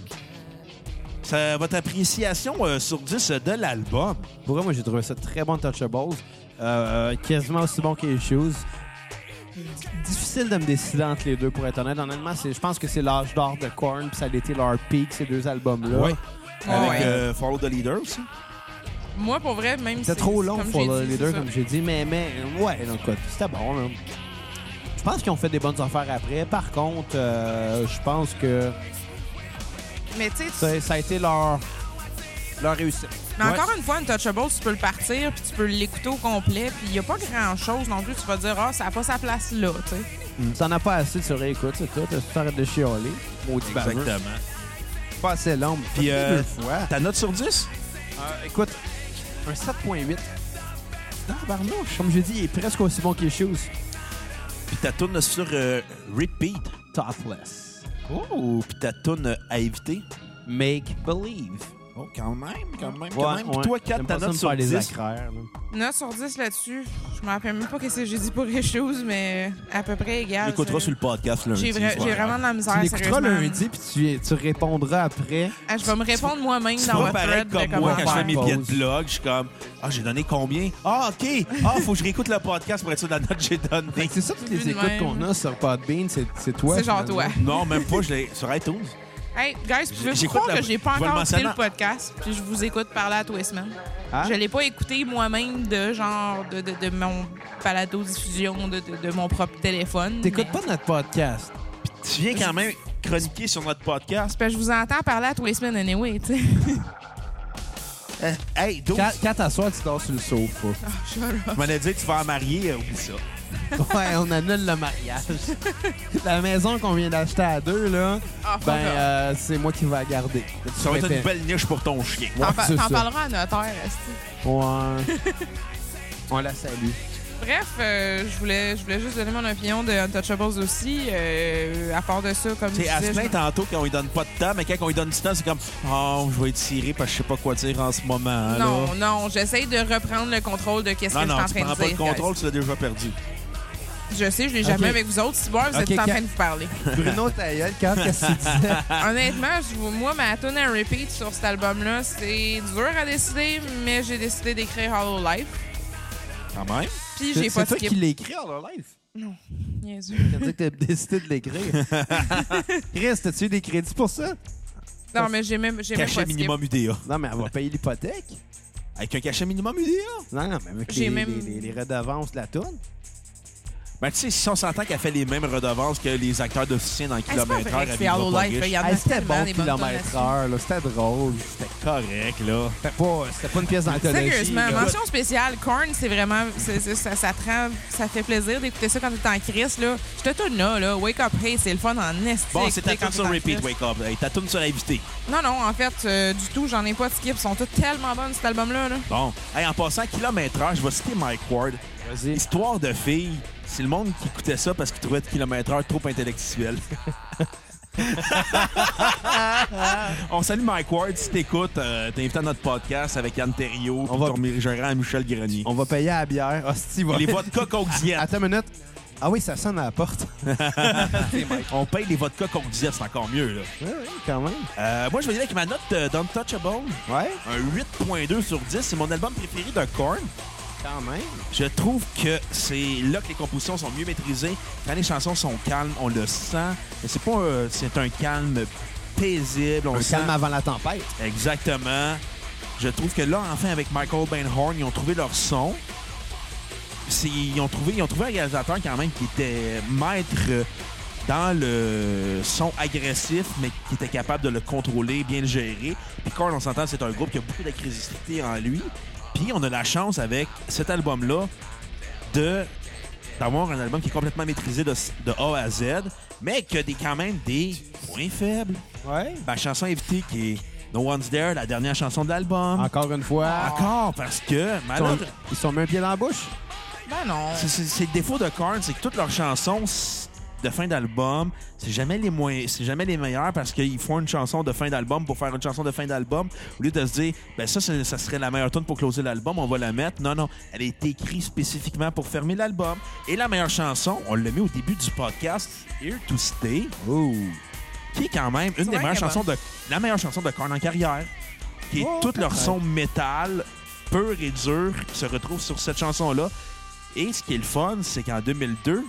Ça, votre appréciation euh, sur dix de l'album. Pour vrai, moi, j'ai trouvé ça très bon, Touchables. Euh, quasiment aussi bon qu'Issues. Difficile de me décider entre les deux, pour être honnête. Honnêtement, c'est- je pense que c'est l'âge d'or de Korn, puis ça a été leur peak, ces deux albums-là. Ouais. Avec Ouais. euh, Follow the Leader aussi. Moi, pour vrai, même si C'était trop long comme pour j'ai le dit, leader, c'est ça. comme j'ai dit, mais, mais ouais, donc, écoute, c'était bon. Là. Je pense qu'ils ont fait des bonnes affaires après. Par contre, euh, je pense que Mais tu sais, ça, ça a été leur, leur réussite. mais Ouais. encore une fois, Untouchables, tu peux le partir, puis tu peux l'écouter au complet, puis il n'y a pas grand-chose non plus. Tu vas dire, ah, ça n'a pas sa place là, tu sais. T'en as pas assez, tu réécoutes, c'est tout. Tu t'arrêtes de chialer. Maudit baveux. Exactement. Pas assez long. mais Puis, pas euh, deux fois. Ta note sur dix? Euh, écoute, un sept virgule huit. Tabarnouche. Comme j'ai dit, il est presque aussi bon qu'Issues. Puis ta tourne sur euh, Repeat. Toothless. Oh! Puis ta tourne à éviter. Make Believe. Oh, quand même, quand même, quand Ouais, même. Puis ouais. toi, Kat, J'aime ta pas ça note me sur faire les dix? accraires, là. neuf sur dix là-dessus. Je me rappelle même pas ce que j'ai dit pour les choses, mais à peu près égal. Tu l'écouteras ça. sur le podcast lundi. J'ai vra- c'est pas j'ai grave. vraiment de la misère, Tu l'écouteras sérieusement. lundi, puis tu, tu répondras après. Ah, je vais me répondre moi-même C'est dans pas votre pareil thread de comme moi quand je fais commentaires. mes Pause. billets de blog. Je suis comme, ah, j'ai donné combien? Ah, OK. Ah, faut que je réécoute le podcast pour être sûr de la note que j'ai Fait donnée. que c'est ça, toutes les Vu de écoutes même. qu'on a sur Podbean, c'est c'est toi. C'est genre finalement. toi. Non, même pas. Je l'ai sur iTunes. Hey, guys, pouvez-vous J'écoute croire la- que j'ai pas je vais le encore écouté mentionner. le podcast, puis je vous écoute parler à tous les semaines. Hein? Je l'ai pas écouté moi-même de genre de, de, de mon balado-diffusion de, de, de mon propre téléphone. T'écoutes mais- pas notre podcast. Tu viens quand même chroniquer sur notre podcast. Parce que je vous entends parler à tous les semaines anyway, tu sais. Euh, Hey, douze. Quand, quand t'assois, tu dors sur le sofa. Je Je m'en ai dit que tu vas en marier. euh, Oublie ça. Ouais, on annule le mariage. La maison qu'on vient d'acheter à deux, là, Ah, fuck ben, off. euh, c'est moi qui vais la garder. Ça va être Répète. une belle niche pour ton chien. Ouais, T'en pa- c'est t'en ça. parleras à notaire, esti. Ouais. On la salue. Bref, euh, je voulais je voulais juste donner mon opinion de Untouchables aussi. Euh, à part de ça, comme je Tu sais, elle se disais, plaint je- tantôt qu'on lui donne pas de temps, mais quand on lui donne du temps, c'est comme, oh, je vais être tiré parce que je sais pas quoi dire en ce moment. là. Non, non, j'essaye de reprendre le contrôle de qu'est-ce non, que non, je tu suis en prends train pas de le dire. contrôle, tu l'as déjà perdu. guys. Je sais, je l'ai jamais Ok. avec vous autres. Si vous êtes Ok, en Kat. train de vous parler. Bruno Taillel, quand qu'est-ce que tu disais? Honnêtement, je- moi, ma tune à repeat sur cet album-là, c'est dur à décider, mais j'ai décidé d'écrire Hollow Life. Quand même. Puis C'est j'ai pas c'est de toi qui skip. l'as écrit en leur live. Non, niaiseux. Ça veut dire que t'as décidé de l'écrire. Chris, t'as-tu eu des crédits pour ça? Non, mais j'ai même, j'ai même Cachet pas de skip. minimum U D A. Non, mais elle va payer l'hypothèque. Avec un cachet minimum U D A? Non, non, mais avec J'ai les, même- les, les, les redevances de la toune. Ben, tu sais, si on s'entend qu'elle fait les mêmes redevances que les acteurs d'officine dans Hey, c'est kilomètre pas heure, vrai elle que c'est vivra Hollow pas Life, là, il riche. y en a Hey, c'était tellement bon, des bonnes tunes kilomètre là-dessus. heure. là. C'était drôle. C'était correct, là. C'était pas, c'était pas une pièce d'anthologie. Sérieusement, là. mention spéciale, Korn, c'est vraiment. c'est- c'est- ça, ça, te rend- ça fait plaisir d'écouter ça quand t'es en crise. Là. Je te tourne là, là. Wake Up Hey, c'est le fun en esti. Bon, à c'est écouter ta quand tune sur t'es en repeat, crise. Wake Up. Hey, ta tune sur invité. Non, non, en fait, euh, du tout, j'en ai pas de skip. Ils sont tous tellement bonnes, cet album-là. Là. Bon. Hey, en passant, kilomètre heure, je vais citer Mike Ward. Vas-y. Histoire de filles, c'est le monde qui écoutait ça parce qu'ils trouvaient le kilomètre heure trop intellectuel. On salue Mike Ward. Si t'écoutes, euh, t'es invité à notre podcast avec Yann Terriot. On On va- va gérant à Michel Grenier. On va payer à la bière. Hostie, va. Les vodka Coke Diet. Attends une minute. Ah oui, ça sonne à la porte. On paye les vodka Coke Diet, c'est encore mieux. Là. Oui, oui, quand même. Euh, moi, je vais y aller avec ma note euh, d'Untouchable. Ouais, Un huit virgule deux sur dix. C'est mon album préféré de Korn. quand même. Je trouve que c'est là que les compositions sont mieux maîtrisées. Quand les chansons sont calmes, on le sent. Mais c'est pas un, c'est un calme paisible. On Un le sent. calme avant la tempête. Exactement. Je trouve que là, enfin, avec Michael Bainhorn, ils ont trouvé leur son. C'est- Ils ont trouvé, ils ont trouvé un réalisateur quand même qui était maître dans le son agressif, mais qui était capable de le contrôler, bien le gérer. Puis Korn, on s'entend, c'est un groupe qui a beaucoup d'agressivité en lui. Puis on a la chance avec cet album-là de d'avoir un album qui est complètement maîtrisé de, de A à Z, mais qui a des, quand même des points faibles. Ouais. Ma chanson invitée qui est No One's There, la dernière chanson de l'album. Encore une fois. Encore, parce que Ils sont, malheureusement, ils sont mis un pied dans la bouche. Ben non. c'est- c'est c'est le défaut de Korn, c'est que toutes leurs chansons s- de fin d'album, c'est jamais les moins, c'est jamais les meilleures parce qu'ils font une chanson de fin d'album pour faire une chanson de fin d'album au lieu de se dire ben ça c'est- ça serait la meilleure tune pour closer l'album, on va la mettre. Non non, elle a été écrite spécifiquement pour fermer l'album. Et la meilleure chanson, on l'a mis au début du podcast, Here to Stay, Ouh. qui est quand même une C'est des vrai meilleures qu'elle est chansons de la meilleure chanson de Korn en carrière, qui est Oh, tout leur peut-être. son métal pur et dur qui se retrouve sur cette chanson-là. Et ce qui est le fun, c'est qu'en deux mille deux,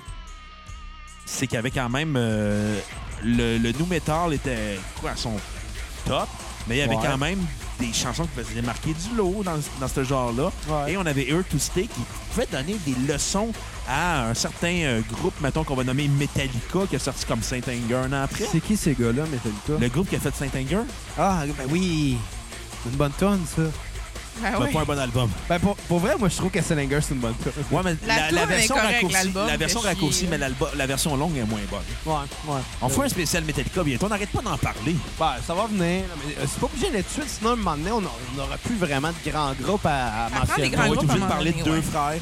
c'est qu'il y avait quand même euh, le, le nu metal était quoi à son top, mais il y avait Ouais. quand même des chansons qui faisaient marquer du lot dans, dans ce genre-là. Ouais. Et on avait Here to Stay qui pouvait donner des leçons à un certain euh, groupe, mettons qu'on va nommer Metallica, qui a sorti comme Saint Anger un an après. C'est qui ces gars-là, Metallica? Le groupe qui a fait Saint Anger, Ah, ben oui. C'est une bonne tonne, ça. Ben c'est oui. pas un bon album. Ben, pour, pour vrai, moi, je trouve que Salinger, c'est une bonne tonne. Ouais, mais La la, toune la est version correcte, raccourcie, l'album la version fait raccourcie, chier. mais l'album- la version longue est moins bonne. Ouais, ouais. On fait un spécial Metallica bientôt. On n'arrête pas d'en parler. Ben, ça va venir. Mais, euh, c'est pas obligé d'être tout de suite, sinon, à un moment donné, on on n'aura plus vraiment de grands groupes à, à prend mentionner. des grands On va être groupes obligé à de parler de un deux moment donné, frères.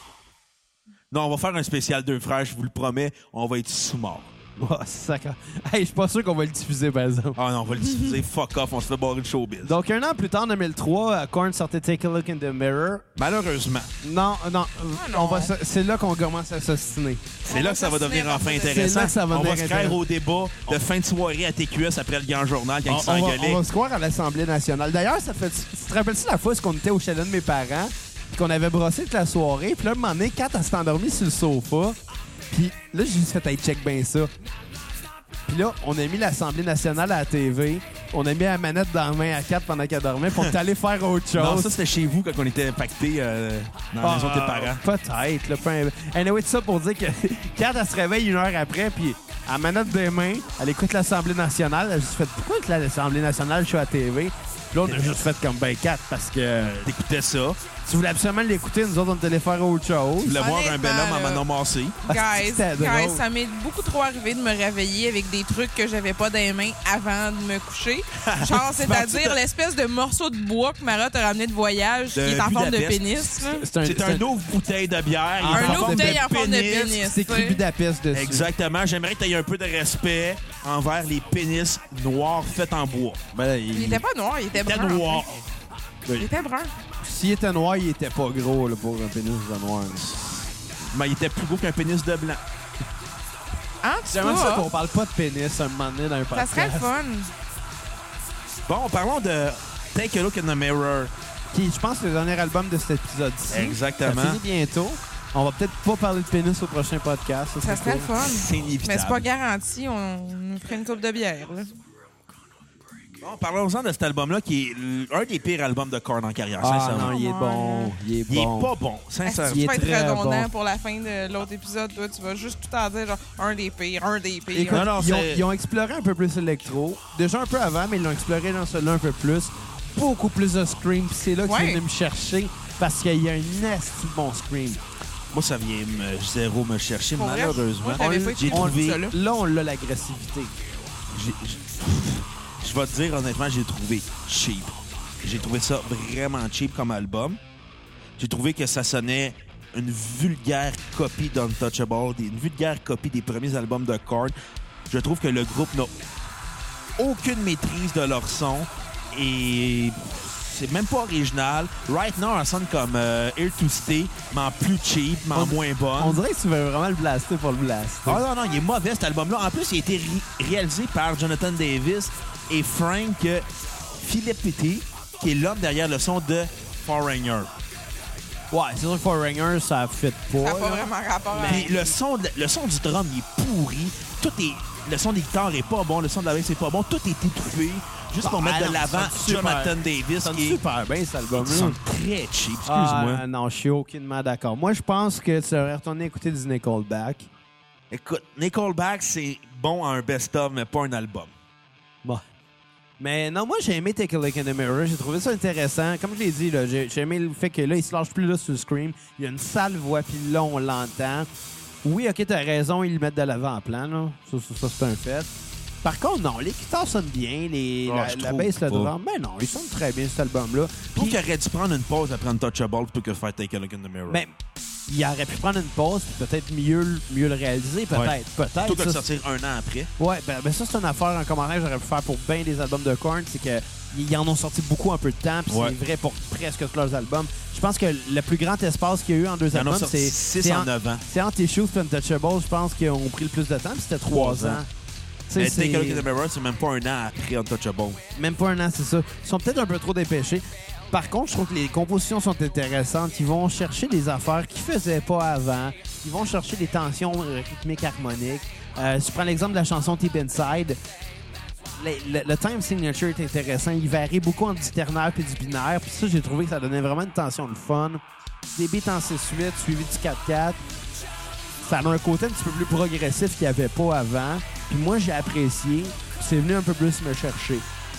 Non, on va faire un spécial deux frères, je vous le promets. On va être sous-mort. Ouais, c'est ça. quand- Hey, je suis pas sûr qu'on va le diffuser, par exemple. Ah non, on va le diffuser. Fuck off, on se fait barrer le showbiz. Donc, un an plus tard, en deux mille trois, euh, Korn sortait Take a Look in the Mirror. Malheureusement, Non, non, Ah, non. on va se- c'est là qu'on commence à s'ostiner. c'est On là va que ça va s'assiner devenir à enfin partir de- intéressant. C'est là que ça va on va devenir se faire intéressant. au débat de fin de soirée à T Q S après le Grand Journal quand On, ils on va, s'engueulaient. on va se croire à l'Assemblée nationale. D'ailleurs, ça fait. Tu te rappelles-tu la fois où on était au chalet de mes parents, puis qu'on avait brossé toute la soirée, puis là, à un moment donné, Kat, elle s'est endormie sur le sofa, puis là, j'ai juste fait, hey, check bien ça. Puis là, on a mis l'Assemblée nationale à la T V, on a mis la manette dans la main à Kat pendant qu'elle dormait, pour t'aller faire autre chose. Non, ça c'était chez vous quand on était pactés euh, dans la maison de tes parents. Ah, Peut-être. Là, peu- anyway, tout ça pour dire que Kat, elle se réveille une heure après, puis à manette des mains, elle écoute l'Assemblée nationale. Elle a juste fait, pourquoi que l'Assemblée nationale, je suis à la T V? Puis là, on a juste fait comme ben Kat, parce que T'écoutais ça. tu voulais absolument l'écouter, nous autres, on était allés faire autre chose. Tu voulais voir un bel homme en Honnêtement, Manon Massé. Ah, Guys, c'était drôle. guys, ça m'est beaucoup trop arrivé de me réveiller avec des trucs que j'avais pas dans les mains avant de me coucher. Genre, c'est-à-dire l'espèce de morceau de bois que Marat a ramené de voyage De qui est en forme de Budapest. pénis. là. C'est un, C'est un ouvre bouteille de bière. il est Un en Un forme autre forme bouteille de en forme de pénis. C'est écrit tu sais. Budapest dessus. Exactement. J'aimerais que tu aies un peu de respect envers les pénis noirs faits en bois. Ben, là, Il il, était pas noir, il était C'était brun. en noir. fait. Il était brun. S'il était noir, il était pas gros là, pour un pénis de noir. Mais il était plus beau qu'un pénis de blanc. En tout J'aimerais ça cas, qu'on parle pas de pénis un moment donné dans un ça podcast. serait le fun. Bon, parlons de Take a Look in the Mirror. Qui, je pense, c'est le dernier album de cet épisode-ci. Exactement. Ça finit bientôt. On va peut-être pas parler de pénis au prochain podcast. Ça serait le cool. fun. C'est inévitable. Mais c'est pas garanti, on nous ferait une coupe de bière. Là. Bon, parlons-en de cet album-là qui est l- un des pires albums de Korn en carrière, Ah sincèrement. non, il est bon. Il est Il est bon. pas bon, Est-ce que sincèrement. Il tu est vas être très redondant bon. pour la fin de l'autre épisode? Toi, tu vas juste tout en dire genre un des pires, un des pires. Écoute, Non, non, ils, ont, c'est- ils ont exploré un peu plus l'électro. Déjà un peu avant, mais ils l'ont exploré dans celui-là un peu plus. Beaucoup plus de scream. Puis c'est là que Ouais. c'est venu me chercher parce qu'il y a un nasty bon scream. Moi, ça vient me, zéro me chercher, Pour vrai, malheureusement. moi, j'avais On- pas J'ai écouté trouvé- ça, là. Là, on l'a l'agressivité. J'ai- j'ai- Je vais te dire, honnêtement, j'ai trouvé cheap. J'ai trouvé ça vraiment cheap comme album. J'ai trouvé que ça sonnait une vulgaire copie d'Untouchable, des- une vulgaire copie des premiers albums de Korn. Je trouve que le groupe n'a aucune maîtrise de leur son et c'est même pas original. Right Now, elle sonne comme euh, Here to Stay, mais en plus cheap, mais en On- moins bonne. On dirait que tu veux vraiment le blaster pour le blaster. Ah non, non, il est mauvais cet album-là. En plus, il a été ré- réalisé par Jonathan Davis et Frank euh, Filippetti, qui est l'homme derrière le son de Foreigner. Ouais, c'est sûr que Foreigner, ça fait Ça pas. n'a pas là. vraiment rapport à... Puis le son, de- le son du drum, il est pourri. Tout est, le son des guitares est pas bon, le son de la basse est pas bon. Tout est étouffé. Juste pour Ah, mettre non, de l'avant ça sonne super. Jonathan Davis, Ça sonne qui est, super bien, cet qui album-là. sonne très cheap. Excuse-moi. Ah, non, je suis aucunement d'accord. Moi, je pense que tu devrais retourner écouter du Nickelback. Écoute, Nickelback, c'est bon à un best-of, mais pas un album. Bon. Mais non, moi, j'ai aimé Take a Look in the Mirror. J'ai trouvé ça intéressant. Comme je l'ai dit, là, j'ai j'ai aimé le fait que là, il se lâche plus là sur le Scream. Il y a une sale voix, puis là, on l'entend. Oui, OK, t'as raison, ils le mettent de l'avant en plan. Là. Ça, ça, ça, c'est un fait. Par contre, non, les guitares sonnent bien. Les, Ah, la je la trouve bass, le pas. drum. Mais non, ils sonnent très bien, cet album-là. Je trouve Puis- qu'il aurait dû prendre une pause après Untouchable plutôt que de faire Take a Look in the Mirror. Ben, il aurait pu prendre une pause puis peut-être mieux, mieux le réaliser, peut-être. Ouais. Peut-être. plutôt que de ça, sortir un an après. Ouais, ben, ben ça, c'est une affaire, un commentaire que j'aurais pu faire pour bien des albums de Korn, c'est que ils en ont sorti beaucoup en peu de temps, puis Ouais. c'est vrai pour presque tous leurs albums. Je pense que le plus grand espace qu'il y a eu en deux Ils en ont albums, sorti c'est six c'est en en- neuf ans. c'est Anti-Shoes et Untouchable, je pense qu'ils ont pris le plus de temps, puis c'était trois Trois ans. ans. Tu sais, Mais Take a Look in c'est the Mirror, c'est même pas un an après Untouchable. même pas un an, c'est ça. Ils sont peut-être un peu trop dépêchés. Par contre, je trouve que les compositions sont intéressantes. Ils vont chercher des affaires qu'ils faisaient pas avant. Ils vont chercher des tensions euh, rythmiques harmoniques. Euh, si je prends l'exemple de la chanson Deep Inside, le, le- le time signature est intéressant. Il varie beaucoup entre du ternaire et du binaire. Puis ça, j'ai trouvé que ça donnait vraiment une tension de fun. Des beats en six huit suivi du quatre quatre. Ça a un côté un petit peu plus progressif qu'il n'y avait pas avant. Puis moi, j'ai apprécié. C'est venu un peu plus me chercher.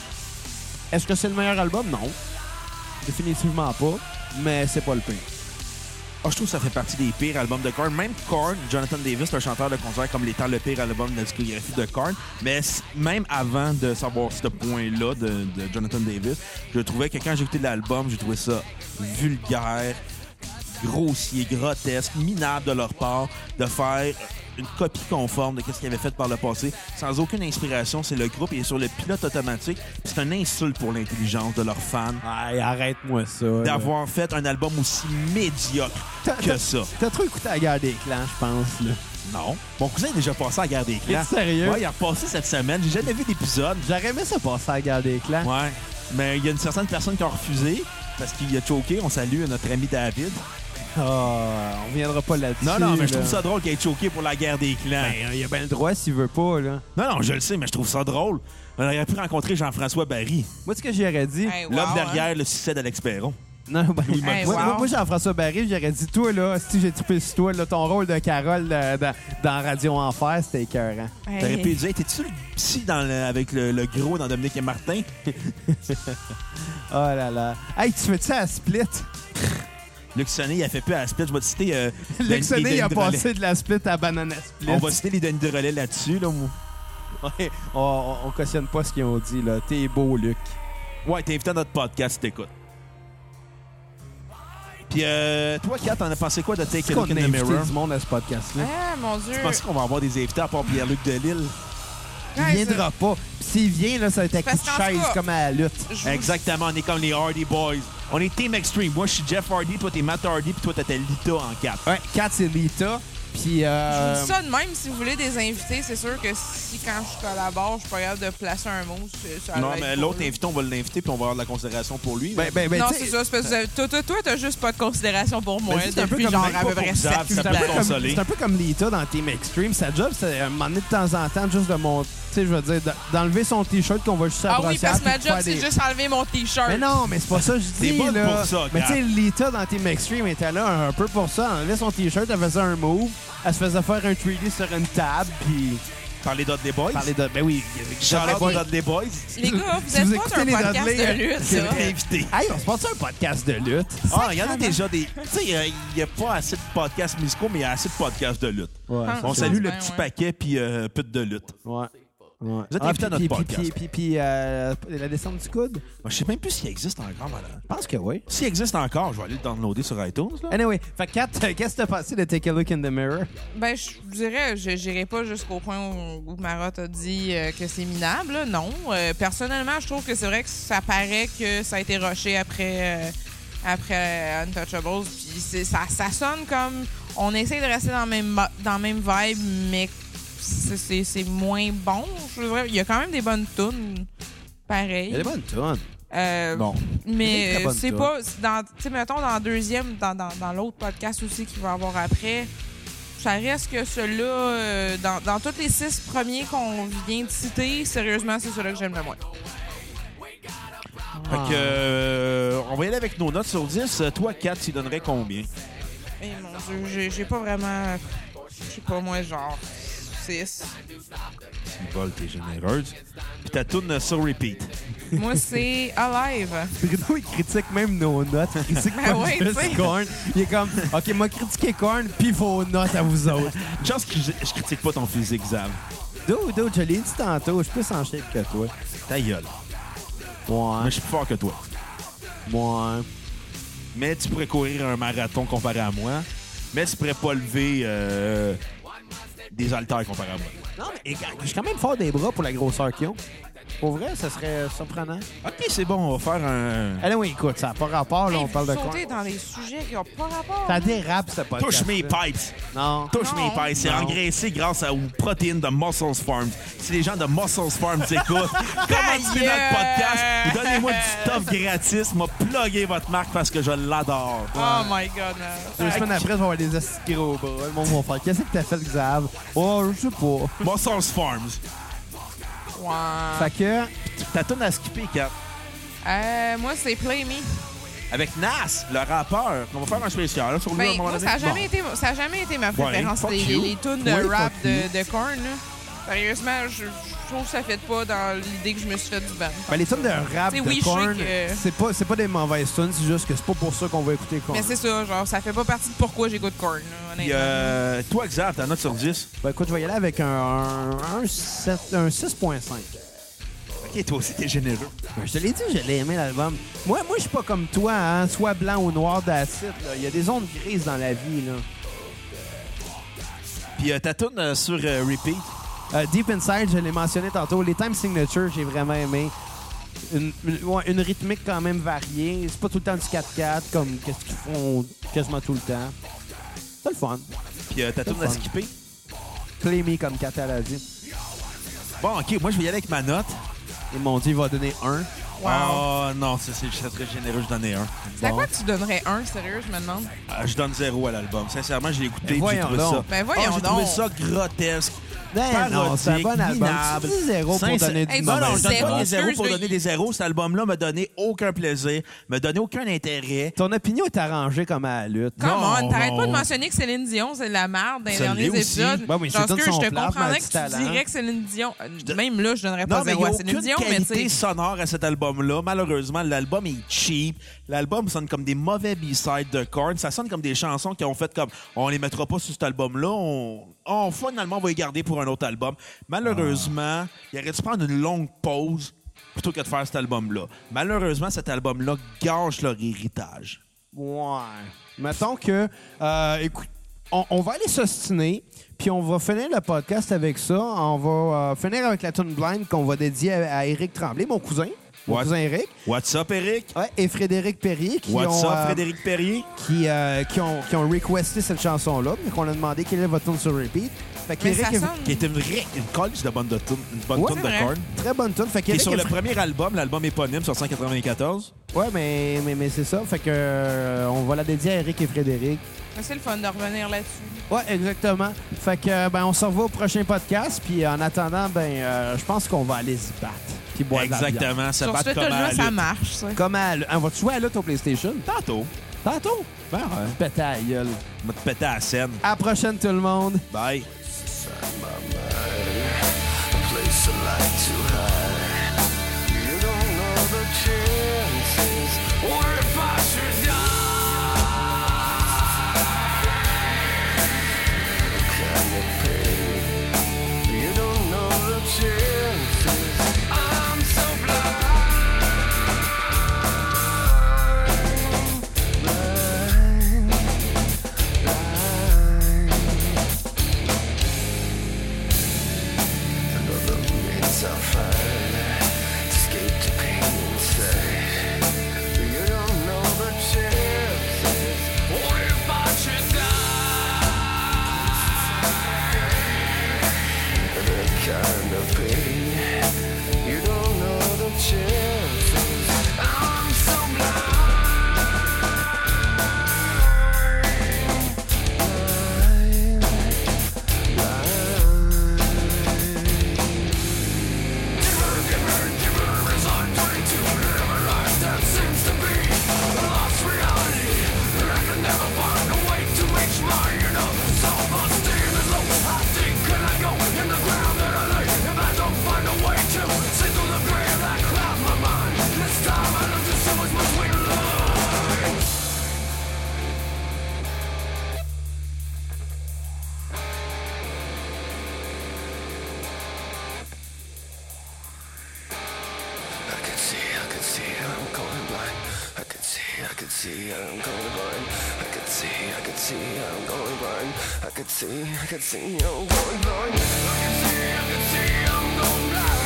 Est-ce que c'est le meilleur album? Non. Définitivement pas. Mais c'est pas le pire. Ah, je trouve que ça fait partie des pires albums de Korn. Même Korn, Jonathan Davis, c'est un chanteur de concert comme l'étant le pire album de la discographie de Korn. Mais c- même avant de savoir ce point-là de, de Jonathan Davis, je trouvais que quand j'ai écouté l'album, j'ai trouvé ça vulgaire, grossier, grotesque, minable de leur part de faire une copie conforme de ce qu'ils avaient fait par le passé, sans aucune inspiration. C'est le groupe, il est sur le pilote automatique. C'est une insulte pour l'intelligence de leurs fans Aïe, arrête-moi ça. là. d'avoir fait un album aussi médiocre T'as- que t'as- ça. T'as trop écouté la guerre des clans, je pense. Là. Non. Mon cousin est déjà passé à la guerre des clans. Es-tu sérieux? Ouais, il a repassé cette semaine. J'ai jamais vu d'épisode. J'aurais aimé ça passer à la guerre des clans. Ouais. Mais il y a une certaine personne qui a refusé parce qu'il a choqué. On salue notre ami David. Ah, on viendra pas là-dessus. Non, non, mais je là. trouve ça drôle qu'il ait choqué pour la guerre des clans. Ben, il a bien le droit s'il veut pas, là. Non, non, je le sais, mais je trouve ça drôle. On aurait pu rencontrer Jean-François Barry, Moi, ce que j'aurais dit... Hey, wow, l'homme hein. derrière le succès d'Alex Perron. Non, ben, Louis Hey, moi, wow. moi, moi, Jean-François Barry, j'aurais dit, toi, là, si j'ai trippé sur toi, là, ton rôle de Carole euh, dans, dans Radio Enfer, c'était écœurant. Hey. T'aurais pu dire, t'es-tu le psy dans le- avec le, le gros dans Dominique et Martin? Oh là là. Hey, tu fais-tu à Split? Luc Sonnet, il a fait plus à la split. Je vais te citer... Euh, Luc Denis- Sonnet, les il a Denis de Relais. passé de la Split à Banana Split. On va citer les Denis de Relais là-dessus, là, moi. Ouais, on, on, on cautionne pas ce qu'ils ont dit, là. T'es beau, Luc. Ouais, t'es invité à notre podcast, t'écoutes. Puis, euh, toi, Kat, t'en as pensé quoi de Take a Est-ce qu'on Look in a the invité Mirror? du monde à ce podcast-là? Ah, mon Dieu. Tu penses qu'on va avoir des invités à part Pierre-Luc Delisle? Il Ouais, viendra pas. Puis s'il vient, là, ça va être à Parce coup de qu'en chaise, tout cas, comme à la lutte. Je vous- Exactement, on est comme les Hardy Boys. On est Team Extreme. Moi, je suis Jeff Hardy, toi, t'es Matt Hardy, puis toi, t'étais Lita en quatre. Ouais, Kat, c'est Lita. Puis, Je euh... vous dis ça de même, si vous voulez des invités, c'est sûr que si quand je collabore, je suis pas capable de placer un mot, c'est- ça Non, va être mais pour l'autre lui. invité, on va l'inviter, puis on va avoir de la considération pour lui. ben, ben, ben, Non, tu sais, c'est ça, c'est parce que toi, toi, toi, t'as juste pas de considération pour moi Ben, c'est un peu depuis comme genre même à pas peu près pour sept Zab, huit ça c'est peut un, peu ans. comme, consoler. c'est un peu comme Lita dans Team Extreme. Sa job, c'est à un moment donné, de temps en temps, juste de mon... Tu sais, je veux dire, de- d'enlever son T-shirt qu'on va juste Ah oui, parce que ma puis de job, faire c'est des- juste enlever mon T-shirt. Mais non, mais c'est pas ça que je dis, T'es bonne là. pour ça, Mais Kat. tu sais, Lita dans Team Extreme était là un peu pour ça. Elle enlevait son T-shirt, elle faisait un move, elle se faisait faire un trois D sur une table, puis Parler d'Hot des Boys. parler de... Ben oui, Shout-out aux Dudley Boys. Les gars, vous Si êtes vous pas écoutez un les podcast Dudley, de lutte, C'est ça. invité. Hey, on se passe un podcast de lutte. Ah, il y en a déjà des... Tu sais, il n'y a pas assez de podcasts musicaux, mais il y a assez de podcasts de lutte. Ouais, Ah, On c'est salue bien, le petit ouais. paquet, puis euh, pute de lutte. Ouais. Ouais. Vous êtes Ah, invités à puis- notre puis- podcast. Puis, puis, puis, euh, la descente du coude? Moi, je sais même plus s'il existe encore, madame. Je pense que oui. S'il existe encore, je vais aller le downloader sur iTunes. Là. Anyway, fait que Kat, qu'est-ce que t'as pensé de Take a Look in the Mirror? Ben, je vous dirais, je n'irai pas jusqu'au point où, où Marotte a dit euh, que c'est minable. là. Non. Euh, personnellement, je trouve que c'est vrai que ça paraît que ça a été rushé après, euh, après Untouchables. Puis c'est- ça, ça sonne comme... On essaie de rester dans le même, ma- dans la même vibe, mais c'est- c'est c'est moins bon. Je dirais. Il y a quand même des bonnes tunes, pareil. Il y a des bonnes tunes. Euh, Bon. Des Mais très euh, bonnes c'est tunes. pas. dans- Tu sais, mettons, dans le deuxième, dans, dans, dans l'autre podcast aussi qu'il va y avoir après, ça reste que celui-là, euh, dans, dans tous les six premiers qu'on vient de citer, sérieusement, c'est celui-là que j'aime le moins. Fait que, euh, on va y aller avec nos notes sur dix. Euh, Toi, Kat, tu donnerais combien? Et mon Dieu, j'ai- j'ai pas vraiment. Je sais pas, moi, genre six. Tu voles, t'es généreuse. Puis ta tourne sur repeat. Moi, c'est Alive. Bruno, il critique même nos notes. Il critique Ben pas ouais, juste tu sais. Korn. Il est comme, OK, m'a critiqué Korn, puis vos notes à vous autres. Une chance que je, je critique pas ton physique, Xav. Dude, dude, je l'ai dit tantôt, je suis plus en shape que toi. Ta gueule. Mais Ouais, je suis plus fort que toi. ouais. Mais tu pourrais courir un marathon comparé à moi. Mais tu pourrais pas lever euh, des haltères comparé à moi. Non, mais je suis quand même fort des bras pour la grosseur qu'ils ont. Pour vrai, ça serait surprenant. OK, c'est bon, on va faire un... Allez, oui, écoute, ça n'a pas rapport, là, Hey, on parle de vous Korn. sautez dans des sujets qui n'ont pas rapport. Ça dérape, ce podcast. Touche mes pipes! Non. Touche Non. mes pipes! C'est Non. engraissé grâce à, aux protéines de Muscles Farms. Si les gens de Muscles Farms écoutent, commentez Yeah. notre podcast, ou donnez-moi du stuff gratis, m'a plugué votre marque parce que je l'adore. Oh my god. Deux semaines après, je vais avoir des assis gros bras. Le monde va faire, qu'est-ce que t'as fait, Xav? Oh, je sais pas. Muscles Farms. Ouais. Fait que, Ta tourne à skipper, Kat. Euh, moi, c'est Play Me. Avec Nas, le rappeur. On va faire un spécial là, sur lui à un Ben, moment moi, donné. ça n'a Bon. jamais, été- ça a jamais été ma préférence, fuck les, you. les, les tunes de Oui, rap fuck de, de Korn. là. Sérieusement, je, je trouve que ça fait pas dans l'idée que je me suis fait du band. ben, les tunes de rap T'sais, de oui, je sais Korn, que- c'est pas, c'est pas des mauvaises tunes, c'est juste que c'est pas pour ça qu'on va écouter Korn. Mais c'est ça, genre, ça fait pas partie de pourquoi j'écoute Korn, là, Puis, honnêtement. euh, toi, Xav, ta note sur dix. Ben, écoute, je vais y aller avec un, un, un, sept un six point cinq. OK, toi aussi, t'es généreux. Ben, je te l'ai dit, je l'ai aimé, l'album. Moi, moi je suis pas comme toi, hein, soit blanc ou noir d'acide. Il y a des zones grises dans la vie, là. Puis euh, ta tourne euh, sur euh, repeat. Euh, Deep Inside, je l'ai mentionné tantôt. Les Time Signature, j'ai vraiment aimé. Une, une- ouais, une rythmique quand même variée. C'est pas tout le temps du quatre quatre comme qu'est-ce qu'ils font quasiment tout le temps. C'est le fun. Puis euh, ta tourne à fun. skipper. Play Me, comme Kat l'a dit. Bon, OK, moi, je vais y aller avec ma note. Ils m'ont dit, il va donner un. Wow. Oh non, ça, c'est ça serait généreux, je donnais un. C'est à bon. quoi que tu donnerais un, sérieux, je me demande? Euh, je donne zéro à l'album. Sincèrement, je l'ai écouté Ben et j'ai voyons trouvé donc. ça. Ben voyons Oh, j'ai trouvé donc. ça grotesque. Ben non, c'est un bon album. minable. Tu dis zéro pour Sincère- donner du Hey, Non, non, mauvais je donne zéro, pas des zéros pour excuse, donner là, des zéros. Cet album-là m'a donné aucun plaisir, m'a donné aucun intérêt. Ton opinion est arrangée comme à la lutte. Come Non, on, t'arrêtes non. pas de mentionner que Céline Dion, c'est de la merde dans les Ça derniers l'est aussi. épisodes. Ben oui, Genre, c'est tout que son je te plat, comprendrais mais que du tu talent. dirais que Céline Dion... euh, Même là, je donnerais pas Non, mais il zéro n'y a à Céline aucune Dion, mais tu qualité sais... sonore à cet album-là. Malheureusement, l'album est cheap. L'album sonne comme des mauvais B-sides de Korn. Ça sonne comme des chansons qui ont fait comme on les mettra pas sur cet album-là. On, on finalement, on va les garder pour un autre album. Malheureusement, il aurait dû prendre une longue pause plutôt que de faire cet album-là. Malheureusement, cet album-là gâche leur héritage. Ouais. Mettons que, euh, écoute, on, on va aller s'ostiner, puis on va finir le podcast avec ça. On va euh, finir avec la tune Blind qu'on va dédier à, à Éric Tremblay, mon cousin. Mon Ouais. cousin Éric. What's up, Eric? Ouais, et Frédéric Perrier qui What's ont, up, euh, Frédéric Perrier? qui, euh, qui, ont, qui ont requesté cette chanson-là, puis qu'on a demandé quelle est votre tune sur repeat. Fait Mais qu'Éric ça est- sonne... Qui était une vraie une colise de bonne de tune, une bonne Ouais, tune c'est de vrai. Korn. très bonne tune. Fait Qui est qu'Éric sur est- le premier album, l'album éponyme sur cent quatre-vingt-quatorze. Ouais, mais, mais, mais c'est ça. Fait que euh, on va la dédier à Éric et Frédéric. Mais c'est le fun de revenir là-dessus. Ouais, exactement. Fait que euh, ben on se revoit au prochain podcast. Puis en attendant, ben euh, je pense qu'on va aller se battre. Puis boire de la bière. Exactement, ça Sur bat ce comme à tune-là, la ça lutte. marche, ça. Comme à, on va jouer à la lutte au PlayStation? Tantôt. Tantôt? Ben ouais. Péter à la gueule. On va te péter à la scène. À la prochaine, tout le monde. Bye. Place I like to hide. You don't know the chances. What if I should die? Can you pay? You don't know the chances. could see I'm going blind. I could see, I could see I'm going blind. I could see, I could see I'm going blind. I could see, I could see I'm going blind.